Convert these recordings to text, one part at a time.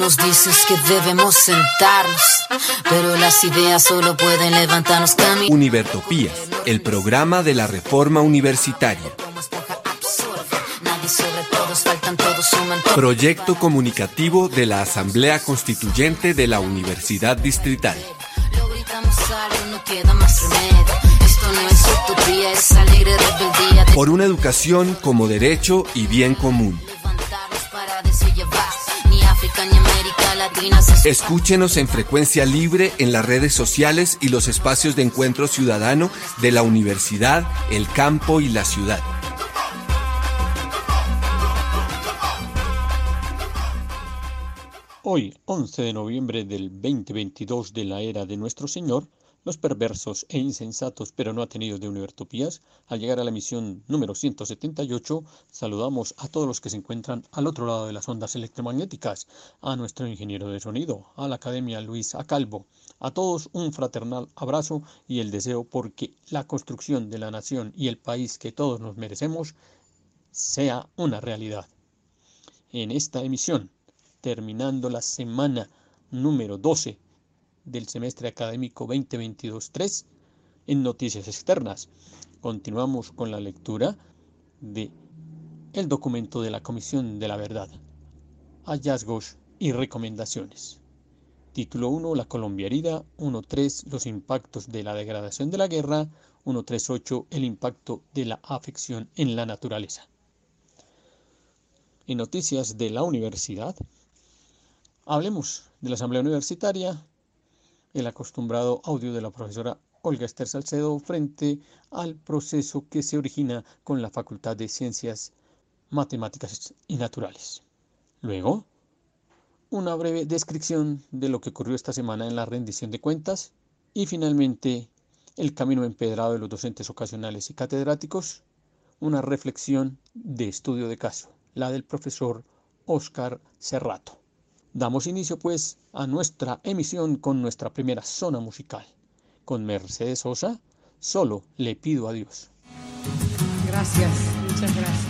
nos dices que debemos sentarnos, pero las ideas solo pueden levantarnos camino. Univertopías, el programa de la reforma universitaria. Proyecto comunicativo de la Asamblea Constituyente de la Universidad Distrital. Por una educación como derecho y bien común. Escúchenos en frecuencia libre en las redes sociales y los espacios de encuentro ciudadano de la universidad, el campo y la ciudad. Hoy, 11 de noviembre del 2022 de la era de nuestro Señor, los perversos e insensatos pero no atenidos de Univertopías, al llegar a la emisión número 178, saludamos a todos los que se encuentran al otro lado de las ondas electromagnéticas, a nuestro ingeniero de sonido, a la Academia Luis Acalvo, a todos un fraternal abrazo y el deseo porque la construcción de la nación y el país que todos nos merecemos sea una realidad. En esta emisión, terminando la semana número 12 del semestre académico 2022-3, en Noticias Externas, continuamos con la lectura de el documento de la Comisión de la Verdad, hallazgos y recomendaciones. Título 1, la Colombia herida. 1.3, los impactos de la degradación de la guerra. 1.3.8, el impacto de la afección en la naturaleza. En Noticias de la Universidad, hablemos de la Asamblea Universitaria, el acostumbrado audio de la profesora Olga Esther Salcedo frente al proceso que se origina con la Facultad de Ciencias Matemáticas y Naturales. Luego, una breve descripción de lo que ocurrió esta semana en la rendición de cuentas y finalmente el camino empedrado de los docentes ocasionales y catedráticos, una reflexión de estudio de caso, la del profesor Óscar Cerrato. Damos inicio pues a nuestra emisión con nuestra primera zona musical. Con Mercedes Sosa, Solo le pido a Dios. Gracias, muchas gracias.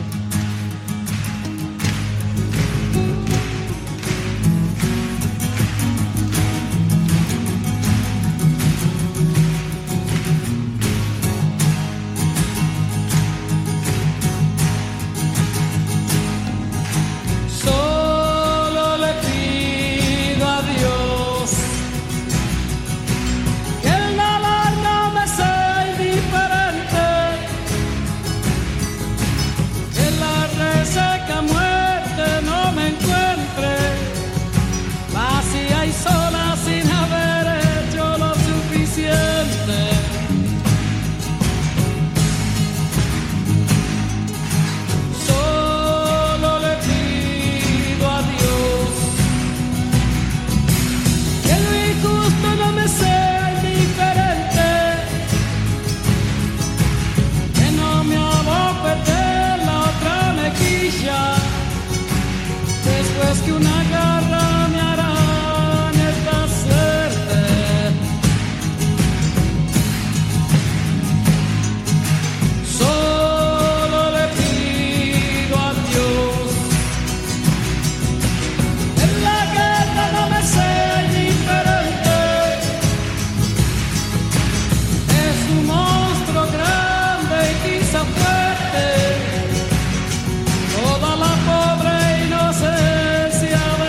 Toda la pobre inocencia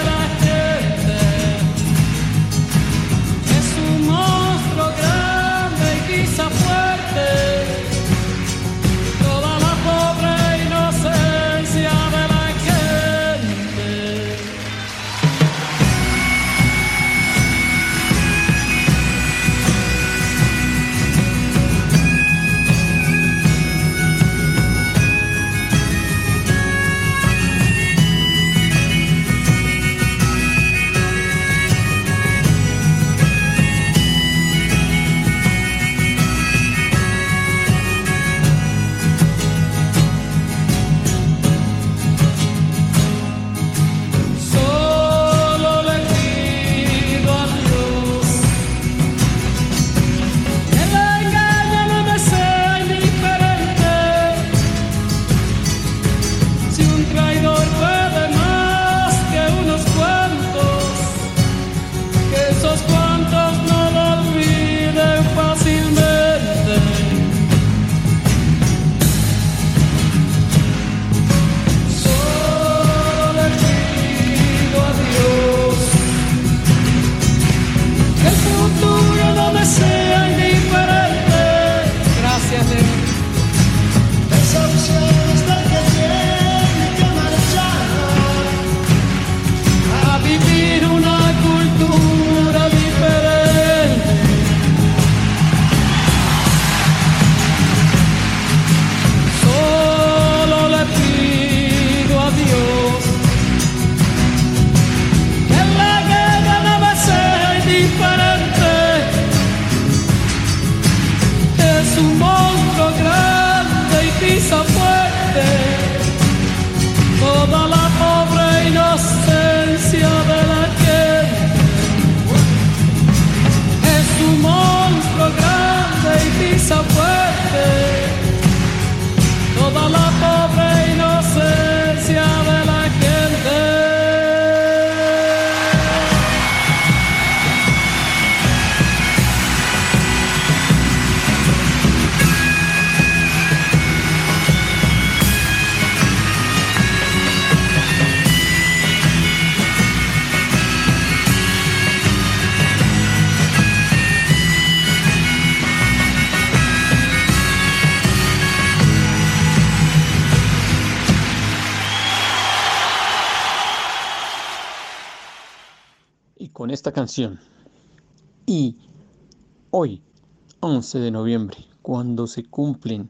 con esta canción. Y hoy, 11 de noviembre, cuando se cumplen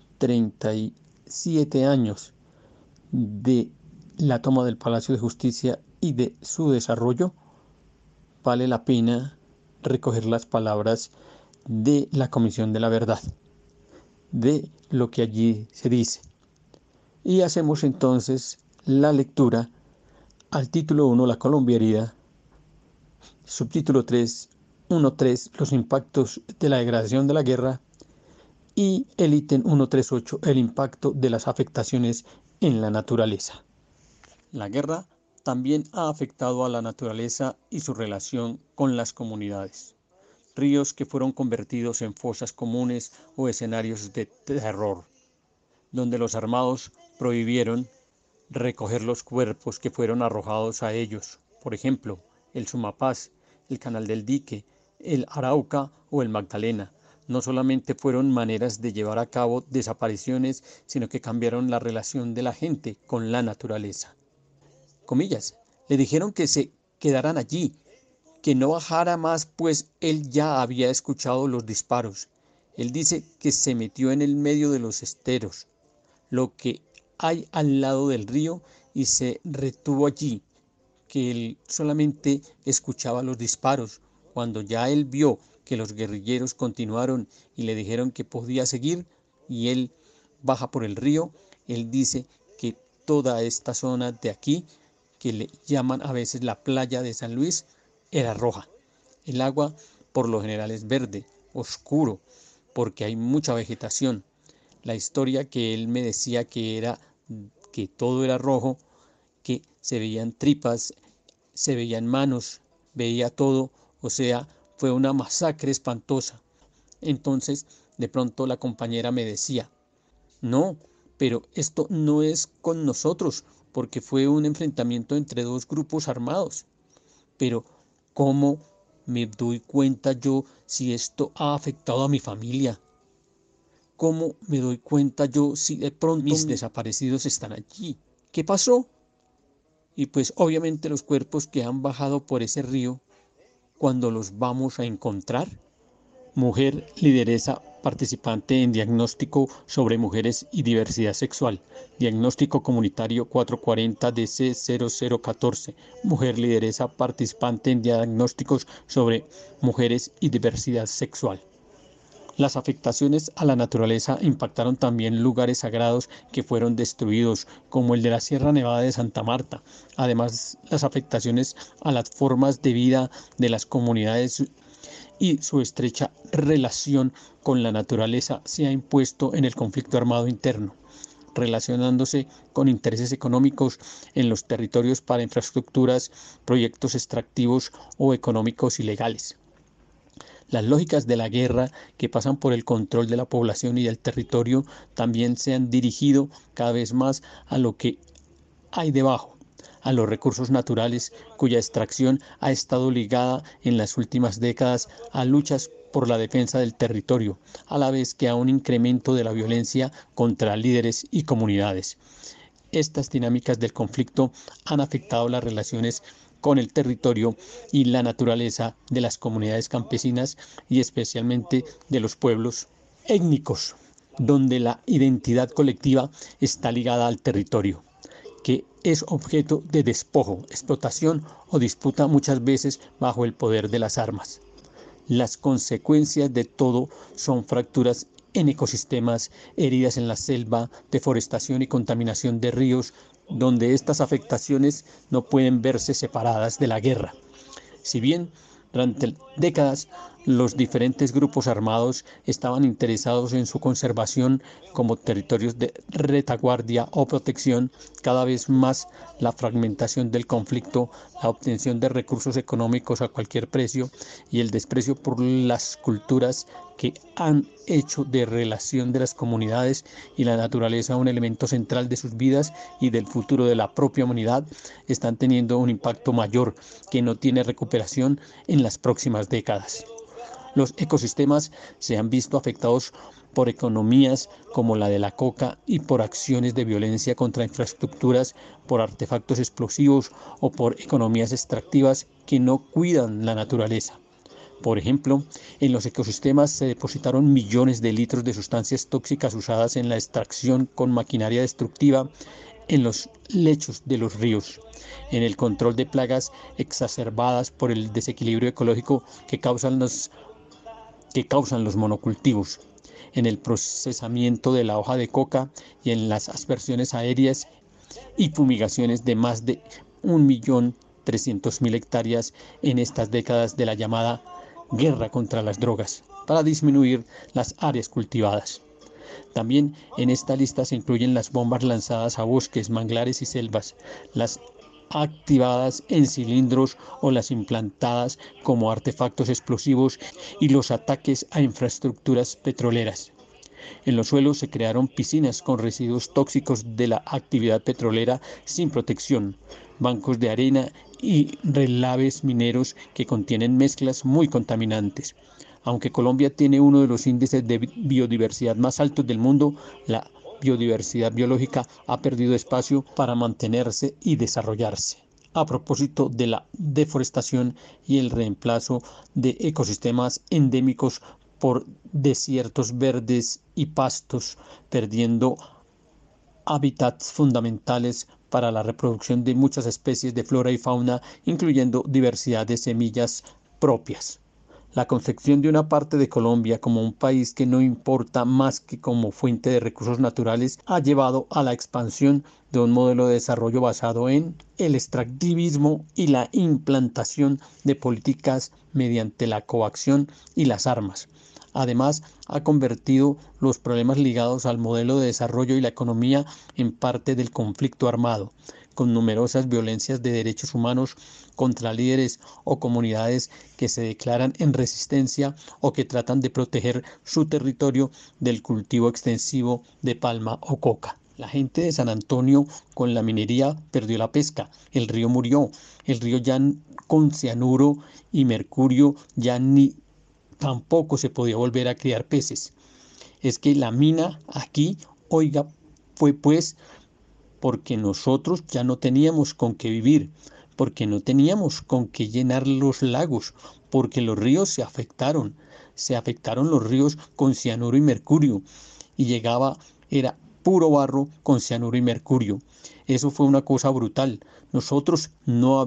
37 años de la toma del Palacio de Justicia y de su desarrollo, vale la pena recoger las palabras de la Comisión de la Verdad, de lo que allí se dice. Y hacemos entonces la lectura al título 1, la colombiaridad, subtítulo 3, 1.3, los impactos de la degradación de la guerra, y el ítem 1.3.8, el impacto de las afectaciones en la naturaleza. La guerra también ha afectado a la naturaleza y su relación con las comunidades. Ríos que fueron convertidos en fosas comunes o escenarios de terror, donde los armados prohibieron recoger los cuerpos que fueron arrojados a ellos. Por ejemplo, el Sumapaz, el Canal del Dique, el Arauca o el Magdalena. No solamente fueron maneras de llevar a cabo desapariciones, sino que cambiaron la relación de la gente con la naturaleza. Comillas, le dijeron que se quedaran allí, que no bajara más, pues él ya había escuchado los disparos. Él dice que se metió en el medio de los esteros, lo que hay al lado del río, y se retuvo allí, que él solamente escuchaba los disparos. Cuando ya él vio que los guerrilleros continuaron y le dijeron que podía seguir, y él baja por el río, él dice que toda esta zona de aquí, que le llaman a veces la playa de San Luis, era roja. El agua por lo general es verde, oscuro, porque hay mucha vegetación. La historia que él me decía que era que todo era rojo, que se veían tripas, se veían manos, veía todo, o sea, fue una masacre espantosa. Entonces, de pronto la compañera me decía, no, pero esto no es con nosotros, porque fue un enfrentamiento entre dos grupos armados. Pero, ¿cómo me doy cuenta yo si esto ha afectado a mi familia? ¿Cómo me doy cuenta yo si de pronto mis desaparecidos están allí? ¿Qué pasó? Y pues obviamente los cuerpos que han bajado por ese río, cuando los vamos a encontrar. Mujer lideresa participante en diagnóstico sobre mujeres y diversidad sexual. Diagnóstico comunitario 440 DC 0014. Mujer lideresa participante en diagnósticos sobre mujeres y diversidad sexual. Las afectaciones a la naturaleza impactaron también lugares sagrados que fueron destruidos, como el de la Sierra Nevada de Santa Marta. Además, las afectaciones a las formas de vida de las comunidades y su estrecha relación con la naturaleza se ha impuesto en el conflicto armado interno, relacionándose con intereses económicos en los territorios para infraestructuras, proyectos extractivos o económicos ilegales. Las lógicas de la guerra que pasan por el control de la población y del territorio también se han dirigido cada vez más a lo que hay debajo, a los recursos naturales cuya extracción ha estado ligada en las últimas décadas a luchas por la defensa del territorio, a la vez que a un incremento de la violencia contra líderes y comunidades. Estas dinámicas del conflicto han afectado las relaciones con el territorio y la naturaleza de las comunidades campesinas y especialmente de los pueblos étnicos, donde la identidad colectiva está ligada al territorio, que es objeto de despojo, explotación o disputa muchas veces bajo el poder de las armas. Las consecuencias de todo son fracturas en ecosistemas, heridas en la selva, deforestación y contaminación de ríos, donde estas afectaciones no pueden verse separadas de la guerra. Si bien durante décadas los diferentes grupos armados estaban interesados en su conservación como territorios de retaguardia o protección, cada vez más la fragmentación del conflicto, la obtención de recursos económicos a cualquier precio y el desprecio por las culturas que han hecho de relación de las comunidades y la naturaleza un elemento central de sus vidas y del futuro de la propia humanidad, están teniendo un impacto mayor que no tiene recuperación en las próximas décadas. Los ecosistemas se han visto afectados por economías como la de la coca y por acciones de violencia contra infraestructuras, por artefactos explosivos o por economías extractivas que no cuidan la naturaleza. Por ejemplo, en los ecosistemas se depositaron millones de litros de sustancias tóxicas usadas en la extracción con maquinaria destructiva en los lechos de los ríos, en el control de plagas exacerbadas por el desequilibrio ecológico que causan los monocultivos, en el procesamiento de la hoja de coca y en las aspersiones aéreas y fumigaciones de más de 1.300.000 hectáreas en estas décadas de la llamada guerra contra las drogas, para disminuir las áreas cultivadas. También en esta lista se incluyen las bombas lanzadas a bosques, manglares y selvas, las activadas en cilindros o las implantadas como artefactos explosivos y los ataques a infraestructuras petroleras. En los suelos se crearon piscinas con residuos tóxicos de la actividad petrolera sin protección, bancos de arena y relaves mineros que contienen mezclas muy contaminantes. Aunque Colombia tiene uno de los índices de biodiversidad más altos del mundo, la biodiversidad biológica ha perdido espacio para mantenerse y desarrollarse. A propósito de la deforestación y el reemplazo de ecosistemas endémicos por desiertos verdes y pastos, perdiendo hábitats fundamentales para la reproducción de muchas especies de flora y fauna, incluyendo diversidad de semillas propias. La concepción de una parte de Colombia como un país que no importa más que como fuente de recursos naturales ha llevado a la expansión de un modelo de desarrollo basado en el extractivismo y la implantación de políticas mediante la coacción y las armas. Además, ha convertido los problemas ligados al modelo de desarrollo y la economía en parte del conflicto armado, con numerosas violencias de derechos humanos contra líderes o comunidades que se declaran en resistencia o que tratan de proteger su territorio del cultivo extensivo de palma o coca. La gente de San Antonio con la minería perdió la pesca, el río murió, el río ya con cianuro y mercurio ya ni tampoco se podía volver a criar peces. Es que la mina aquí, oiga, fue pues porque nosotros ya no teníamos con qué vivir, porque no teníamos con qué llenar los lagos, porque los ríos se afectaron los ríos con cianuro y mercurio, y era puro barro con cianuro y mercurio. Eso fue una cosa brutal. Nosotros no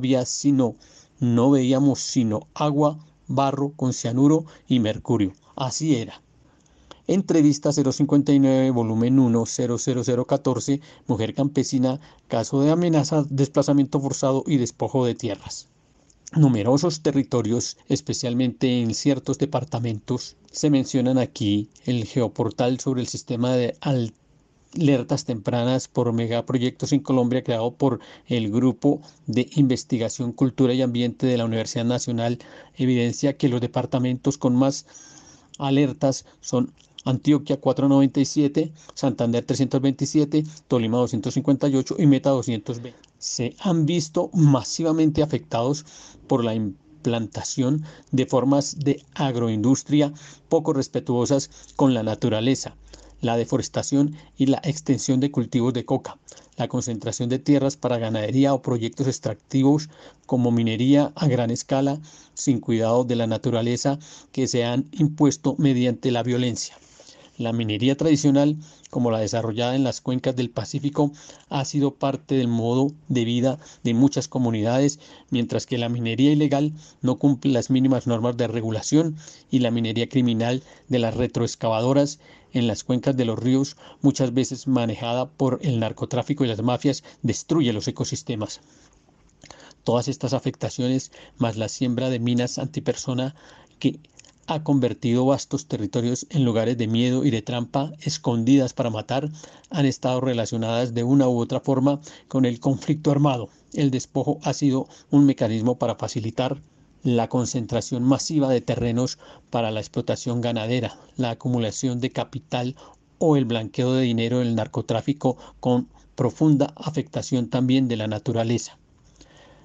veíamos sino agua, barro con cianuro y mercurio. Así era. Entrevista 059, volumen 1, 00014, Mujer campesina, caso de amenaza, desplazamiento forzado y despojo de tierras. Numerosos territorios, especialmente en ciertos departamentos, se mencionan aquí el geoportal sobre el sistema de alertas tempranas por megaproyectos en Colombia, creado por el Grupo de Investigación, Cultura y Ambiente de la Universidad Nacional, evidencia que los departamentos con más alertas son Antioquia 497, Santander 327, Tolima 258 y Meta 220. Se han visto masivamente afectados por la implantación de formas de agroindustria poco respetuosas con la naturaleza, la deforestación y la extensión de cultivos de coca, la concentración de tierras para ganadería o proyectos extractivos como minería a gran escala, sin cuidado de la naturaleza, que se han impuesto mediante la violencia. La minería tradicional, como la desarrollada en las cuencas del Pacífico, ha sido parte del modo de vida de muchas comunidades, mientras que la minería ilegal no cumple las mínimas normas de regulación, y la minería criminal de las retroexcavadoras en las cuencas de los ríos, muchas veces manejada por el narcotráfico y las mafias, destruye los ecosistemas. Todas estas afectaciones, más la siembra de minas antipersona que ha convertido vastos territorios en lugares de miedo y de trampa escondidas para matar, han estado relacionadas de una u otra forma con el conflicto armado. El despojo ha sido un mecanismo para facilitar la concentración masiva de terrenos para la explotación ganadera, la acumulación de capital o el blanqueo de dinero del narcotráfico, con profunda afectación también de la naturaleza.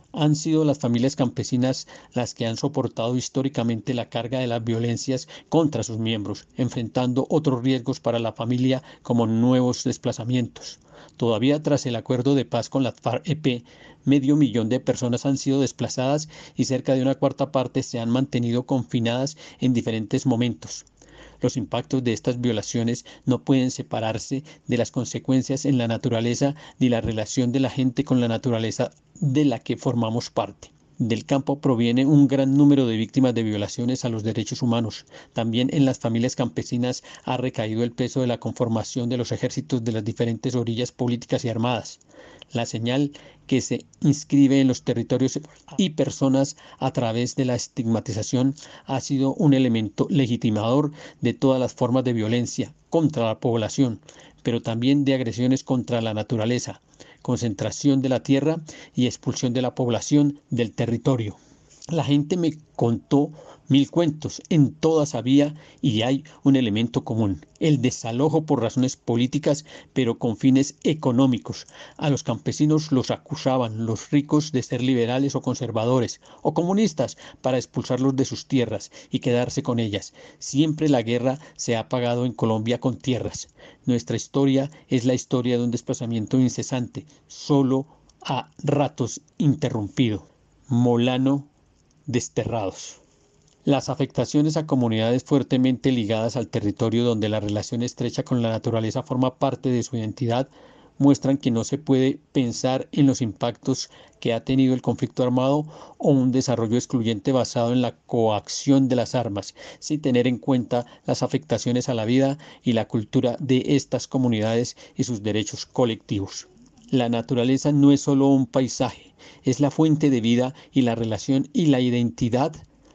Han sido las familias campesinas las que han soportado históricamente la carga de las violencias contra sus miembros, enfrentando otros riesgos para la familia como nuevos desplazamientos. Todavía tras el acuerdo de paz con la FARC-EP, 500.000 de personas han sido desplazadas y cerca de una cuarta parte se han mantenido confinadas en diferentes momentos. Los impactos de estas violaciones no pueden separarse de las consecuencias en la naturaleza ni la relación de la gente con la naturaleza de la que formamos parte. Del campo proviene un gran número de víctimas de violaciones a los derechos humanos. También en las familias campesinas ha recaído el peso de la conformación de los ejércitos de las diferentes orillas políticas y armadas. La señal que se inscribe en los territorios y personas a través de la estigmatización ha sido un elemento legitimador de todas las formas de violencia contra la población, pero también de agresiones contra la naturaleza, concentración de la tierra y expulsión de la población del territorio. La gente me contó 1000 cuentos, en todas había y hay un elemento común, el desalojo por razones políticas, pero con fines económicos. A los campesinos los acusaban los ricos de ser liberales o conservadores o comunistas para expulsarlos de sus tierras y quedarse con ellas. Siempre la guerra se ha pagado en Colombia con tierras. Nuestra historia es la historia de un desplazamiento incesante, solo a ratos interrumpido. Molano, desterrados. Las afectaciones a comunidades fuertemente ligadas al territorio donde la relación estrecha con la naturaleza forma parte de su identidad muestran que no se puede pensar en los impactos que ha tenido el conflicto armado o un desarrollo excluyente basado en la coacción de las armas, sin tener en cuenta las afectaciones a la vida y la cultura de estas comunidades y sus derechos colectivos. La naturaleza no es solo un paisaje, es la fuente de vida y la relación y la identidad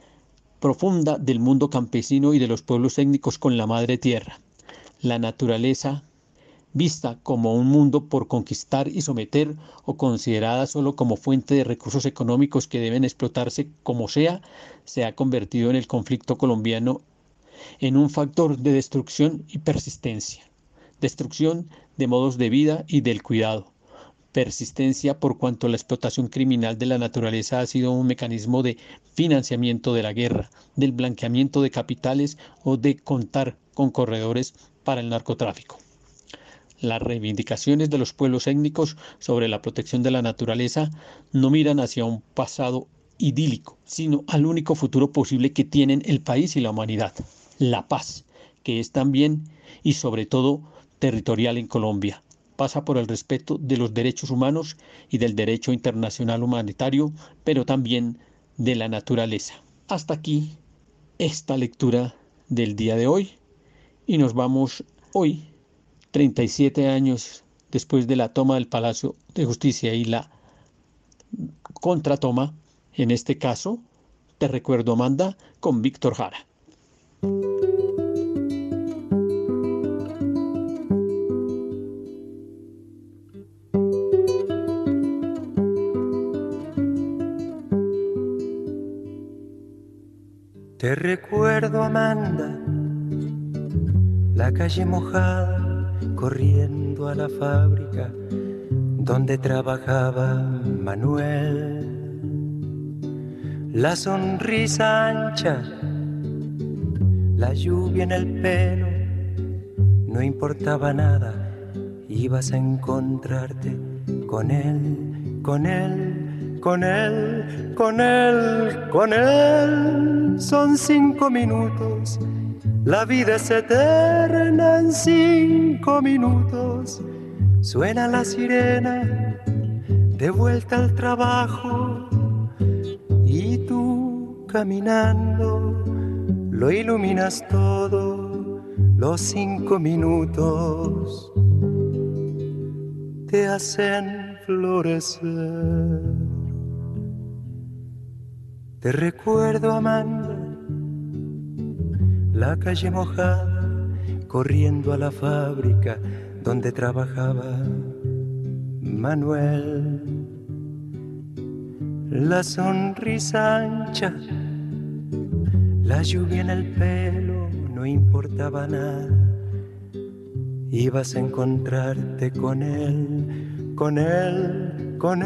profunda del mundo campesino y de los pueblos étnicos con la madre tierra. La naturaleza, vista como un mundo por conquistar y someter o considerada solo como fuente de recursos económicos que deben explotarse como sea, se ha convertido en el conflicto colombiano en un factor de destrucción y persistencia. Destrucción de modos de vida y del cuidado. Persistencia por cuanto la explotación criminal de la naturaleza ha sido un mecanismo de financiamiento de la guerra, del blanqueamiento de capitales o de contar con corredores para el narcotráfico. Las reivindicaciones de los pueblos étnicos sobre la protección de la naturaleza no miran hacia un pasado idílico, sino al único futuro posible que tienen el país y la humanidad, la paz, que es también y sobre todo territorial en Colombia. Pasa por el respeto de los derechos humanos y del derecho internacional humanitario, pero también de la naturaleza. Hasta aquí esta lectura del día de hoy y nos vamos hoy, 37 años después de la toma del Palacio de Justicia y la contratoma, en este caso, te recuerdo Amanda, con Víctor Jara. Te recuerdo, Amanda, la calle mojada, corriendo a la fábrica donde trabajaba Manuel. La sonrisa ancha, la lluvia en el pelo, no importaba nada, ibas a encontrarte con él, con él, con él, con él, con él. Son 5 minutos, la vida es eterna en 5 minutos. Suena la sirena, de vuelta al trabajo, y tú caminando, lo iluminas todo, los 5 minutos te hacen florecer. Te recuerdo, Amanda, la calle mojada, corriendo a la fábrica donde trabajaba Manuel. La sonrisa ancha, la lluvia en el pelo, no importaba nada, ibas a encontrarte con él, con él, con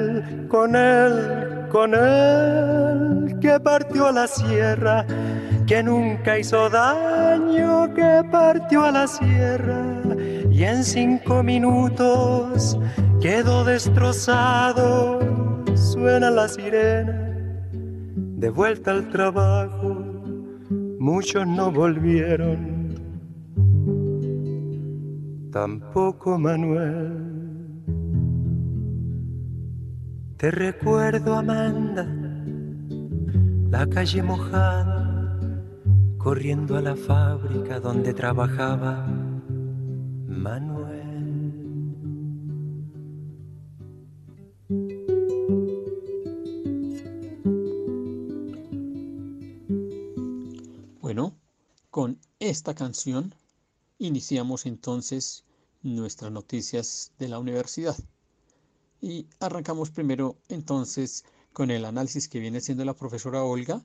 él que partió a la sierra, que nunca hizo daño, que partió a la sierra y en 5 minutos quedó destrozado. Suena la sirena, de vuelta al trabajo, muchos no volvieron, tampoco Manuel. Te recuerdo, Amanda, la calle mojada, corriendo a la fábrica donde trabajaba Manuel. Bueno, con esta canción iniciamos entonces nuestras noticias de la universidad. Y arrancamos primero entonces con el análisis que viene haciendo la profesora Olga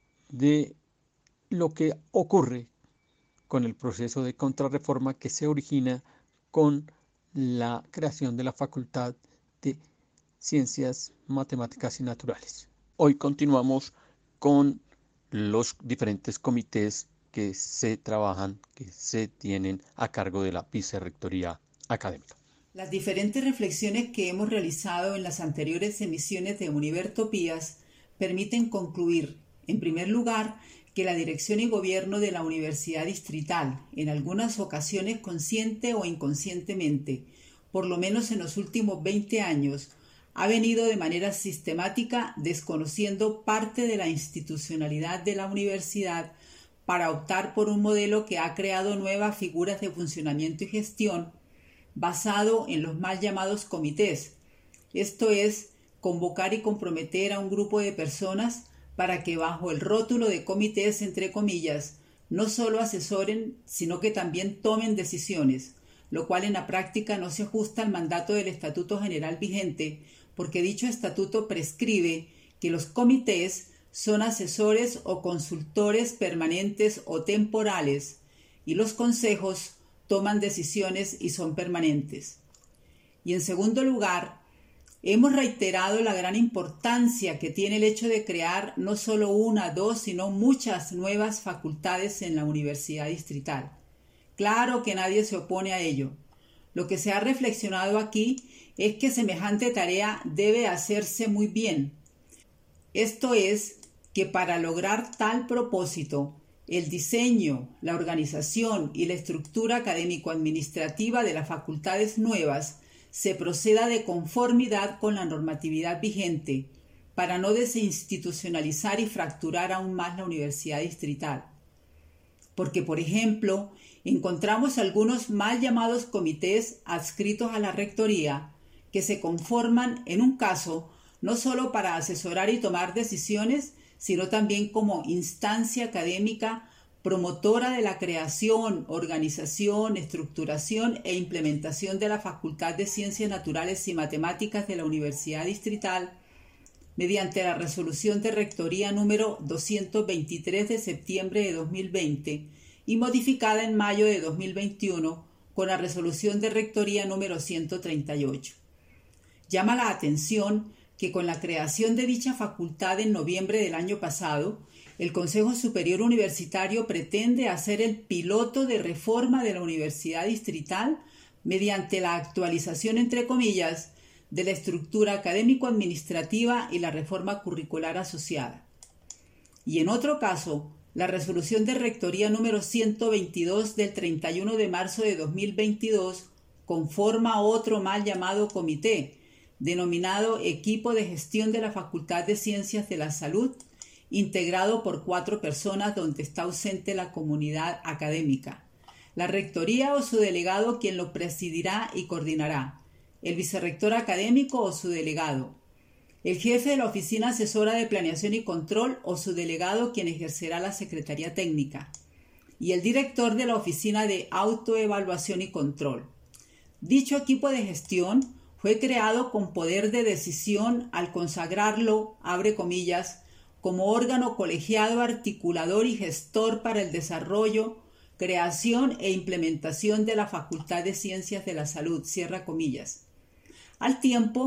de lo que ocurre con el proceso de contrarreforma que se origina con la creación de la Facultad de Ciencias, Matemáticas y Naturales. Hoy continuamos con los diferentes comités que se trabajan, que se tienen a cargo de la Vicerrectoría Académica. Las diferentes reflexiones que hemos realizado en las anteriores emisiones de Univertopías permiten concluir, en primer lugar, que la dirección y gobierno de la Universidad Distrital, en algunas ocasiones consciente o inconscientemente, por lo menos en los últimos 20 años, ha venido de manera sistemática desconociendo parte de la institucionalidad de la universidad para optar por un modelo que ha creado nuevas figuras de funcionamiento y gestión basado en los mal llamados comités, esto es, convocar y comprometer a un grupo de personas para que bajo el rótulo de comités, entre comillas, no solo asesoren, sino que también tomen decisiones, lo cual en la práctica no se ajusta al mandato del Estatuto General vigente, porque dicho estatuto prescribe que los comités son asesores o consultores permanentes o temporales, y los consejos toman decisiones y son permanentes. Y en segundo lugar, hemos reiterado la gran importancia que tiene el hecho de crear no solo una, dos, sino muchas nuevas facultades en la Universidad Distrital. Claro que nadie se opone a ello. Lo que se ha reflexionado aquí es que semejante tarea debe hacerse muy bien. Esto es, que para lograr tal propósito, el diseño, la organización y la estructura académico-administrativa de las facultades nuevas se proceda de conformidad con la normatividad vigente para no desinstitucionalizar y fracturar aún más la Universidad Distrital. Porque, por ejemplo, encontramos algunos mal llamados comités adscritos a la Rectoría que se conforman, en un caso, no solo para asesorar y tomar decisiones, sino también como instancia académica promotora de la creación, organización, estructuración e implementación de la Facultad de Ciencias Naturales y Matemáticas de la Universidad Distrital, mediante la resolución de Rectoría número 223 de septiembre de 2020 y modificada en mayo de 2021 con la resolución de Rectoría número 138. Llama la atención que con la creación de dicha facultad en noviembre del año pasado, el Consejo Superior Universitario pretende hacer el piloto de reforma de la Universidad Distrital mediante la actualización, entre comillas, de la estructura académico-administrativa y la reforma curricular asociada. Y en otro caso, la resolución de Rectoría número 122 del 31 de marzo de 2022 conforma otro mal llamado comité, denominado Equipo de Gestión de la Facultad de Ciencias de la Salud, integrado por 4 personas donde está ausente la comunidad académica, la rectoría o su delegado quien lo presidirá y coordinará, el vicerrector académico o su delegado, el jefe de la Oficina Asesora de Planeación y Control o su delegado quien ejercerá la Secretaría Técnica, y el director de la Oficina de Autoevaluación y Control. Dicho equipo de gestión fue creado con poder de decisión al consagrarlo, abre comillas, como órgano colegiado, articulador y gestor para el desarrollo, creación e implementación de la Facultad de Ciencias de la Salud, cierra comillas, al tiempo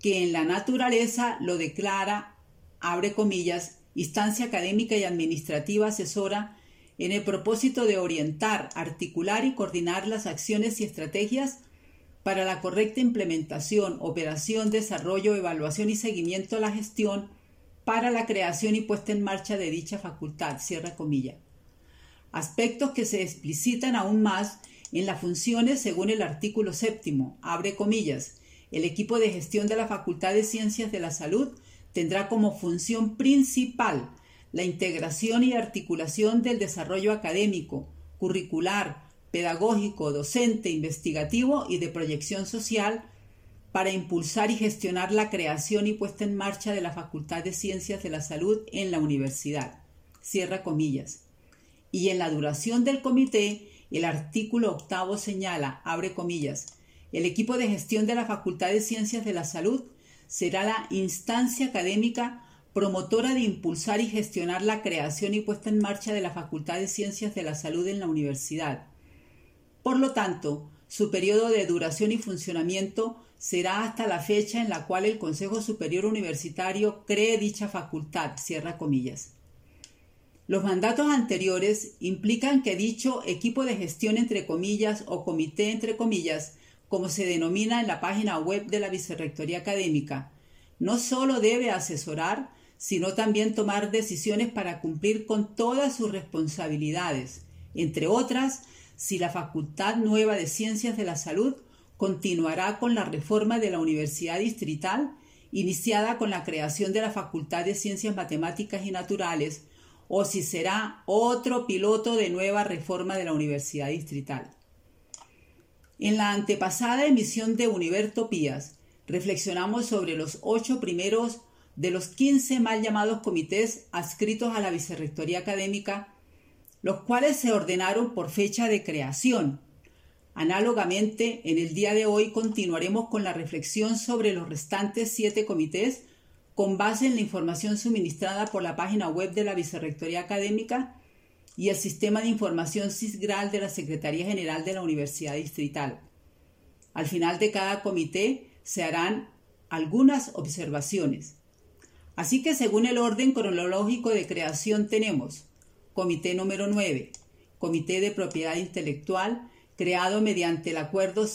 que en la naturaleza lo declara, abre comillas, instancia académica y administrativa asesora en el propósito de orientar, articular y coordinar las acciones y estrategias para la correcta implementación, operación, desarrollo, evaluación y seguimiento a la gestión para la creación y puesta en marcha de dicha facultad, cierra comilla. Aspectos que se explicitan aún más en las funciones según el artículo 7, abre comillas. El equipo de gestión de la Facultad de Ciencias de la Salud tendrá como función principal la integración y articulación del desarrollo académico, curricular, pedagógico, docente, investigativo y de proyección social para impulsar y gestionar la creación y puesta en marcha de la Facultad de Ciencias de la Salud en la universidad. Cierra comillas. Y en la duración del comité, el artículo 8 señala, abre comillas, el equipo de gestión de la Facultad de Ciencias de la Salud será la instancia académica promotora de impulsar y gestionar la creación y puesta en marcha de la Facultad de Ciencias de la Salud en la universidad. Por lo tanto, su periodo de duración y funcionamiento será hasta la fecha en la cual el Consejo Superior Universitario cree dicha facultad, cierra comillas. Los mandatos anteriores implican que dicho equipo de gestión entre comillas o comité entre comillas, como se denomina en la página web de la Vicerrectoría Académica, no solo debe asesorar, sino también tomar decisiones para cumplir con todas sus responsabilidades, entre otras, si la Facultad Nueva de Ciencias de la Salud continuará con la reforma de la Universidad Distrital, iniciada con la creación de la Facultad de Ciencias Matemáticas y Naturales, o si será otro piloto de nueva reforma de la Universidad Distrital. En la antepasada emisión de Univertopías, reflexionamos sobre los 8 primeros de los 15 mal llamados comités adscritos a la Vicerrectoría Académica, los cuales se ordenaron por fecha de creación. Análogamente, en el día de hoy continuaremos con la reflexión sobre los restantes 7 comités con base en la información suministrada por la página web de la Vicerrectoría Académica y el Sistema de Información SISGRAL de la Secretaría General de la Universidad Distrital. Al final de cada comité se harán algunas observaciones. Así que según el orden cronológico de creación tenemos Comité número 9, Comité de Propiedad Intelectual, creado mediante el Acuerdo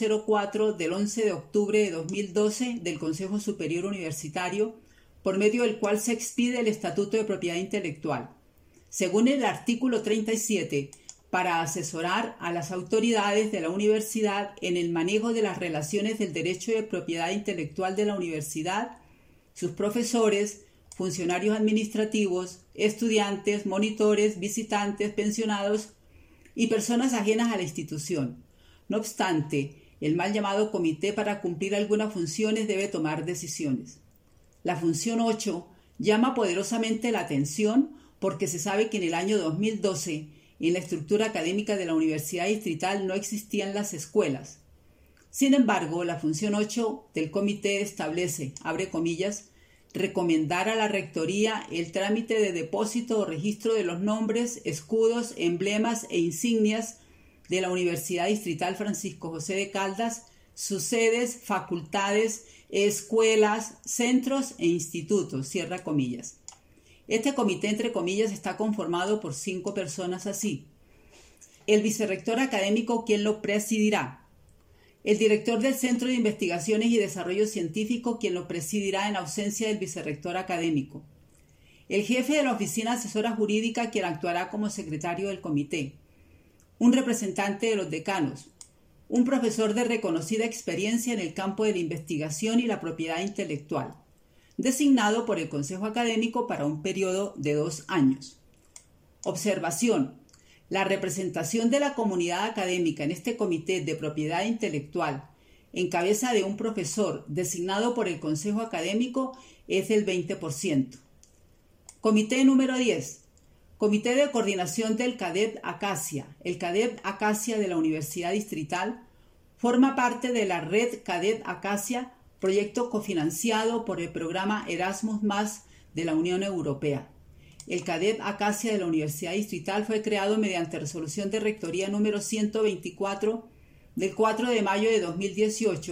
004 del 11 de octubre de 2012 del Consejo Superior Universitario, por medio del cual se expide el Estatuto de Propiedad Intelectual, según el artículo 37, para asesorar a las autoridades de la universidad en el manejo de las relaciones del derecho de propiedad intelectual de la universidad, sus profesores, funcionarios administrativos, estudiantes, monitores, visitantes, pensionados y personas ajenas a la institución. No obstante, el mal llamado comité para cumplir algunas funciones debe tomar decisiones. La función 8 llama poderosamente la atención porque se sabe que en el año 2012 en la estructura académica de la Universidad Distrital no existían las escuelas. Sin embargo, la función 8 del comité establece, abre comillas, recomendar a la Rectoría el trámite de depósito o registro de los nombres, escudos, emblemas e insignias de la Universidad Distrital Francisco José de Caldas, sus sedes, facultades, escuelas, centros e institutos, cierra comillas. Este comité, entre comillas, está conformado por 5 personas así. El vicerrector académico, quien lo presidirá. El director del Centro de Investigaciones y Desarrollo Científico, quien lo presidirá en ausencia del vicerrector académico. El jefe de la Oficina Asesora Jurídica, quien actuará como secretario del comité. Un representante de los decanos. Un profesor de reconocida experiencia en el campo de la investigación y la propiedad intelectual, designado por el Consejo Académico para un periodo de 2 años. Observación. La representación de la comunidad académica en este comité de propiedad intelectual, en cabeza de un profesor designado por el Consejo Académico, es del 20%. Comité número 10. Comité de Coordinación del CADEP Acacia. El CADEP Acacia de la Universidad Distrital forma parte de la red CADEP Acacia, proyecto cofinanciado por el programa Erasmus+ de la Unión Europea. El CADEP Acacia de la Universidad Distrital fue creado mediante resolución de Rectoría número 124 del 4 de mayo de 2018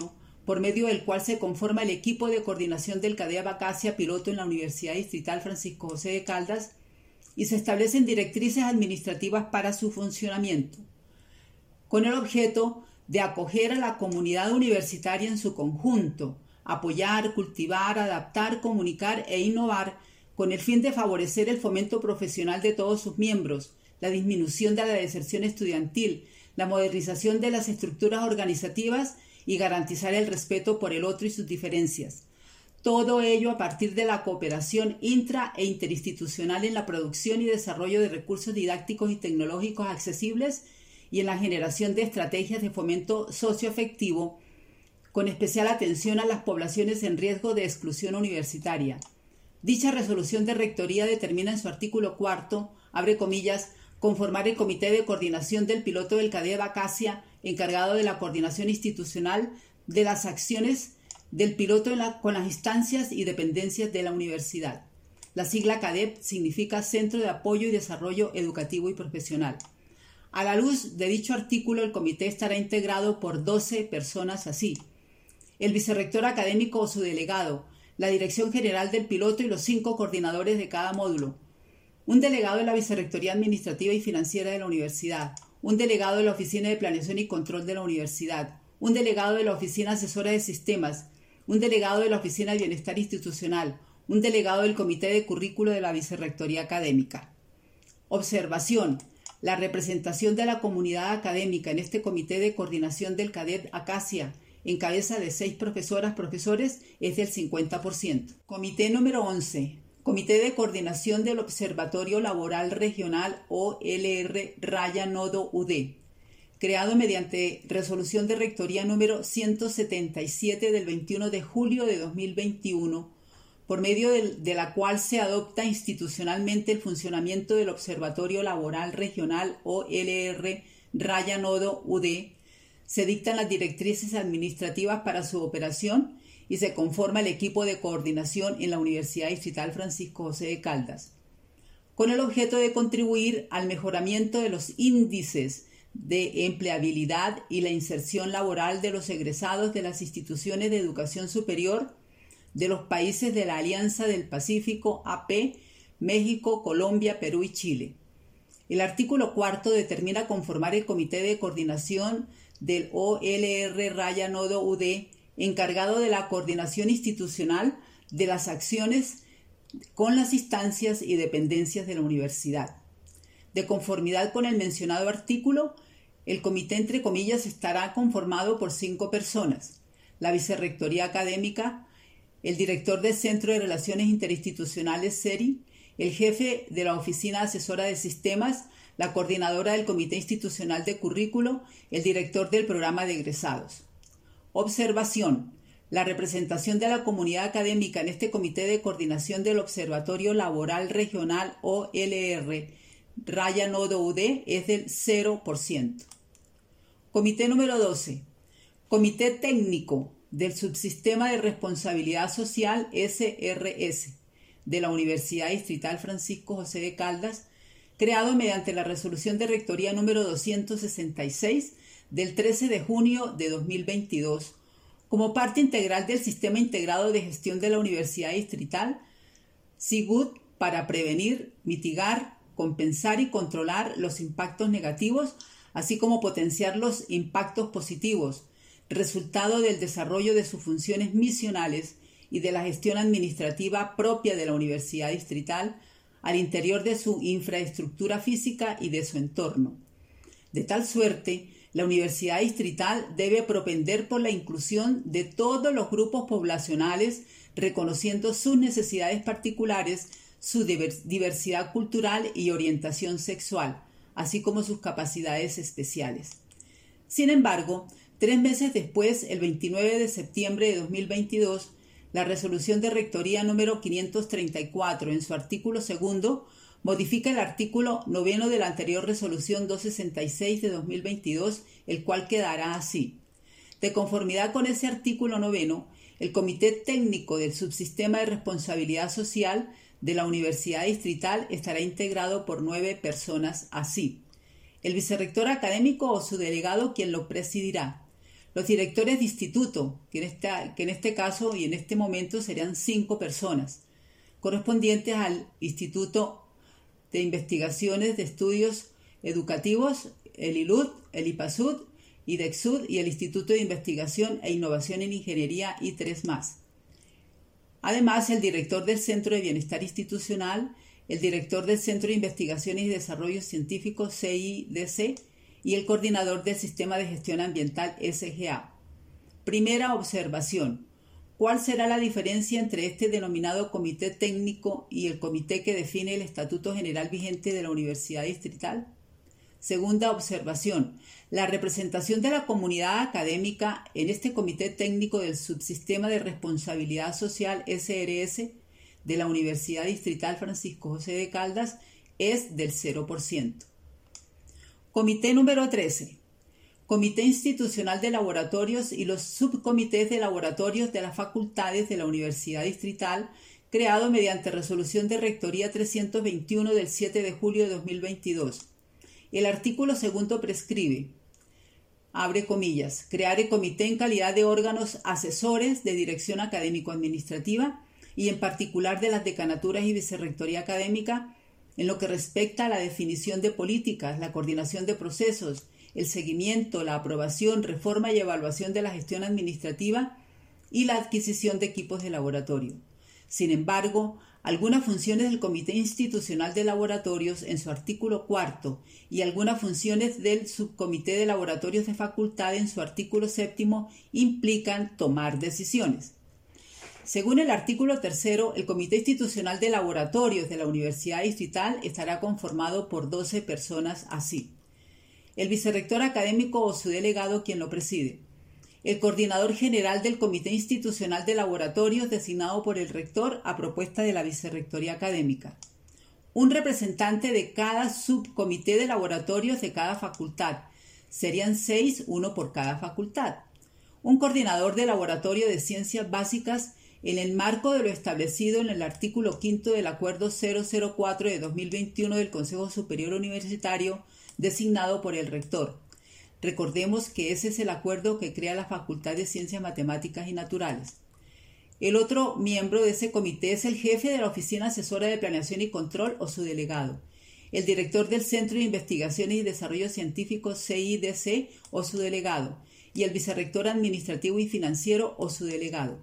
por medio del cual se conforma el equipo de coordinación del CADEAP Acacia piloto en la Universidad Distrital Francisco José de Caldas, y se establecen directrices administrativas para su funcionamiento, con el objeto de acoger a la comunidad universitaria en su conjunto, apoyar, cultivar, adaptar, comunicar e innovar con el fin de favorecer el fomento profesional de todos sus miembros, la disminución de la deserción estudiantil, la modernización de las estructuras organizativas y garantizar el respeto por el otro y sus diferencias. Todo ello a partir de la cooperación intra e interinstitucional en la producción y desarrollo de recursos didácticos y tecnológicos accesibles y en la generación de estrategias de fomento socioafectivo, con especial atención a las poblaciones en riesgo de exclusión universitaria. Dicha resolución de rectoría determina en su artículo 4, abre comillas, conformar el comité de coordinación del piloto del CADEAP Acacia, encargado de la coordinación institucional de las acciones del piloto con las instancias y dependencias de la universidad. La sigla CADEP significa Centro de Apoyo y Desarrollo Educativo y Profesional. A la luz de dicho artículo, el comité estará integrado por 12 personas así: el vicerrector académico o su delegado, la dirección general del piloto y los 5 coordinadores de cada módulo, un delegado de la Vicerrectoría Administrativa y Financiera de la Universidad, un delegado de la Oficina de Planeación y Control de la Universidad, un delegado de la Oficina Asesora de Sistemas, un delegado de la Oficina de Bienestar Institucional, un delegado del Comité de Currículo de la Vicerrectoría Académica. Observación: la representación de la comunidad académica en este Comité de Coordinación del CADEAP Acacia, en cabeza de 6 profesoras, profesores, es del 50%. Comité número 11. Comité de Coordinación del Observatorio Laboral Regional OLR Nodo UD, creado mediante resolución de rectoría número 177 del 21 de julio de 2021, por medio de la cual se adopta institucionalmente el funcionamiento del Observatorio Laboral Regional OLR Nodo UD, se dictan las directrices administrativas para su operación y se conforma el equipo de coordinación en la Universidad Distrital Francisco José de Caldas, con el objeto de contribuir al mejoramiento de los índices de empleabilidad y la inserción laboral de los egresados de las instituciones de educación superior de los países de la Alianza del Pacífico AP, México, Colombia, Perú y Chile. El artículo 4 determina conformar el Comité de Coordinación del OLR Nodo UD, encargado de la coordinación institucional de las acciones con las instancias y dependencias de la universidad. De conformidad con el mencionado artículo, el comité, entre comillas, estará conformado por 5 personas: la Vicerrectoría Académica, el director del Centro de Relaciones Interinstitucionales CERI, el jefe de la Oficina Asesora de Sistemas, la coordinadora del Comité Institucional de Currículo, el director del programa de egresados. Observación: la representación de la comunidad académica en este Comité de Coordinación del Observatorio Laboral Regional OLR Nodo UD es del 0%. Comité número 12. Comité Técnico del Subsistema de Responsabilidad Social SRS de la Universidad Distrital Francisco José de Caldas, creado mediante la resolución de rectoría número 266 del 13 de junio de 2022, como parte integral del Sistema Integrado de Gestión de la Universidad Distrital, SIGUD, para prevenir, mitigar, compensar y controlar los impactos negativos, así como potenciar los impactos positivos, resultado del desarrollo de sus funciones misionales y de la gestión administrativa propia de la Universidad Distrital al interior de su infraestructura física y de su entorno. De tal suerte, la Universidad Distrital debe propender por la inclusión de todos los grupos poblacionales, reconociendo sus necesidades particulares, su diversidad cultural y orientación sexual, así como sus capacidades especiales. Sin embargo, 3 meses después, el 29 de septiembre de 2022, la resolución de rectoría número 534, en su artículo 2, modifica el artículo 9 de la anterior resolución 266 de 2022, el cual quedará así. De conformidad con ese artículo 9, el Comité Técnico del Subsistema de Responsabilidad Social de la Universidad Distrital estará integrado por 9 personas así: el vicerrector académico o su delegado, quien lo presidirá, Los directores de instituto, que en este caso y en este momento serían 5 personas, correspondientes al Instituto de Investigaciones de Estudios Educativos, el ILUD, el IPASUD, IDEXUD y el Instituto de Investigación e Innovación en Ingeniería y 3 más. Además, el director del Centro de Bienestar Institucional, el director del Centro de Investigaciones y Desarrollo Científico, CIDC, y el coordinador del Sistema de Gestión Ambiental, SGA. Primera observación. ¿Cuál será la diferencia entre este denominado comité técnico y el comité que define el Estatuto General vigente de la Universidad Distrital? Segunda observación. La representación de la comunidad académica en este comité técnico del Subsistema de Responsabilidad Social SRS de la Universidad Distrital Francisco José de Caldas es del 0%. Comité número 13. Comité Institucional de Laboratorios y los subcomités de laboratorios de las facultades de la Universidad Distrital, creado mediante Resolución de Rectoría 321 del 7 de julio de 2022. El artículo 2 prescribe, abre comillas, crear el comité en calidad de órganos asesores de dirección académico-administrativa y en particular de las decanaturas y vicerrectoría académica, en lo que respecta a la definición de políticas, la coordinación de procesos, el seguimiento, la aprobación, reforma y evaluación de la gestión administrativa y la adquisición de equipos de laboratorio. Sin embargo, algunas funciones del Comité Institucional de Laboratorios en su artículo 4 y algunas funciones del Subcomité de Laboratorios de Facultad en su artículo 7 implican tomar decisiones. Según el artículo 3, el Comité Institucional de Laboratorios de la Universidad Distrital estará conformado por 12 personas así. El vicerrector académico o su delegado quien lo preside. El coordinador general del Comité Institucional de Laboratorios designado por el rector a propuesta de la vicerrectoría académica. Un representante de cada subcomité de laboratorios de cada facultad. Serían 6, uno por cada facultad. Un coordinador de laboratorio de ciencias básicas en el marco de lo establecido en el artículo 5 del Acuerdo 004 de 2021 del Consejo Superior Universitario, designado por el rector. Recordemos que ese es el acuerdo que crea la Facultad de Ciencias Matemáticas y Naturales. El otro miembro de ese comité es el jefe de la Oficina Asesora de Planeación y Control o su delegado, el director del Centro de Investigaciones y Desarrollo Científico CIDC o su delegado, y el vicerrector administrativo y financiero o su delegado.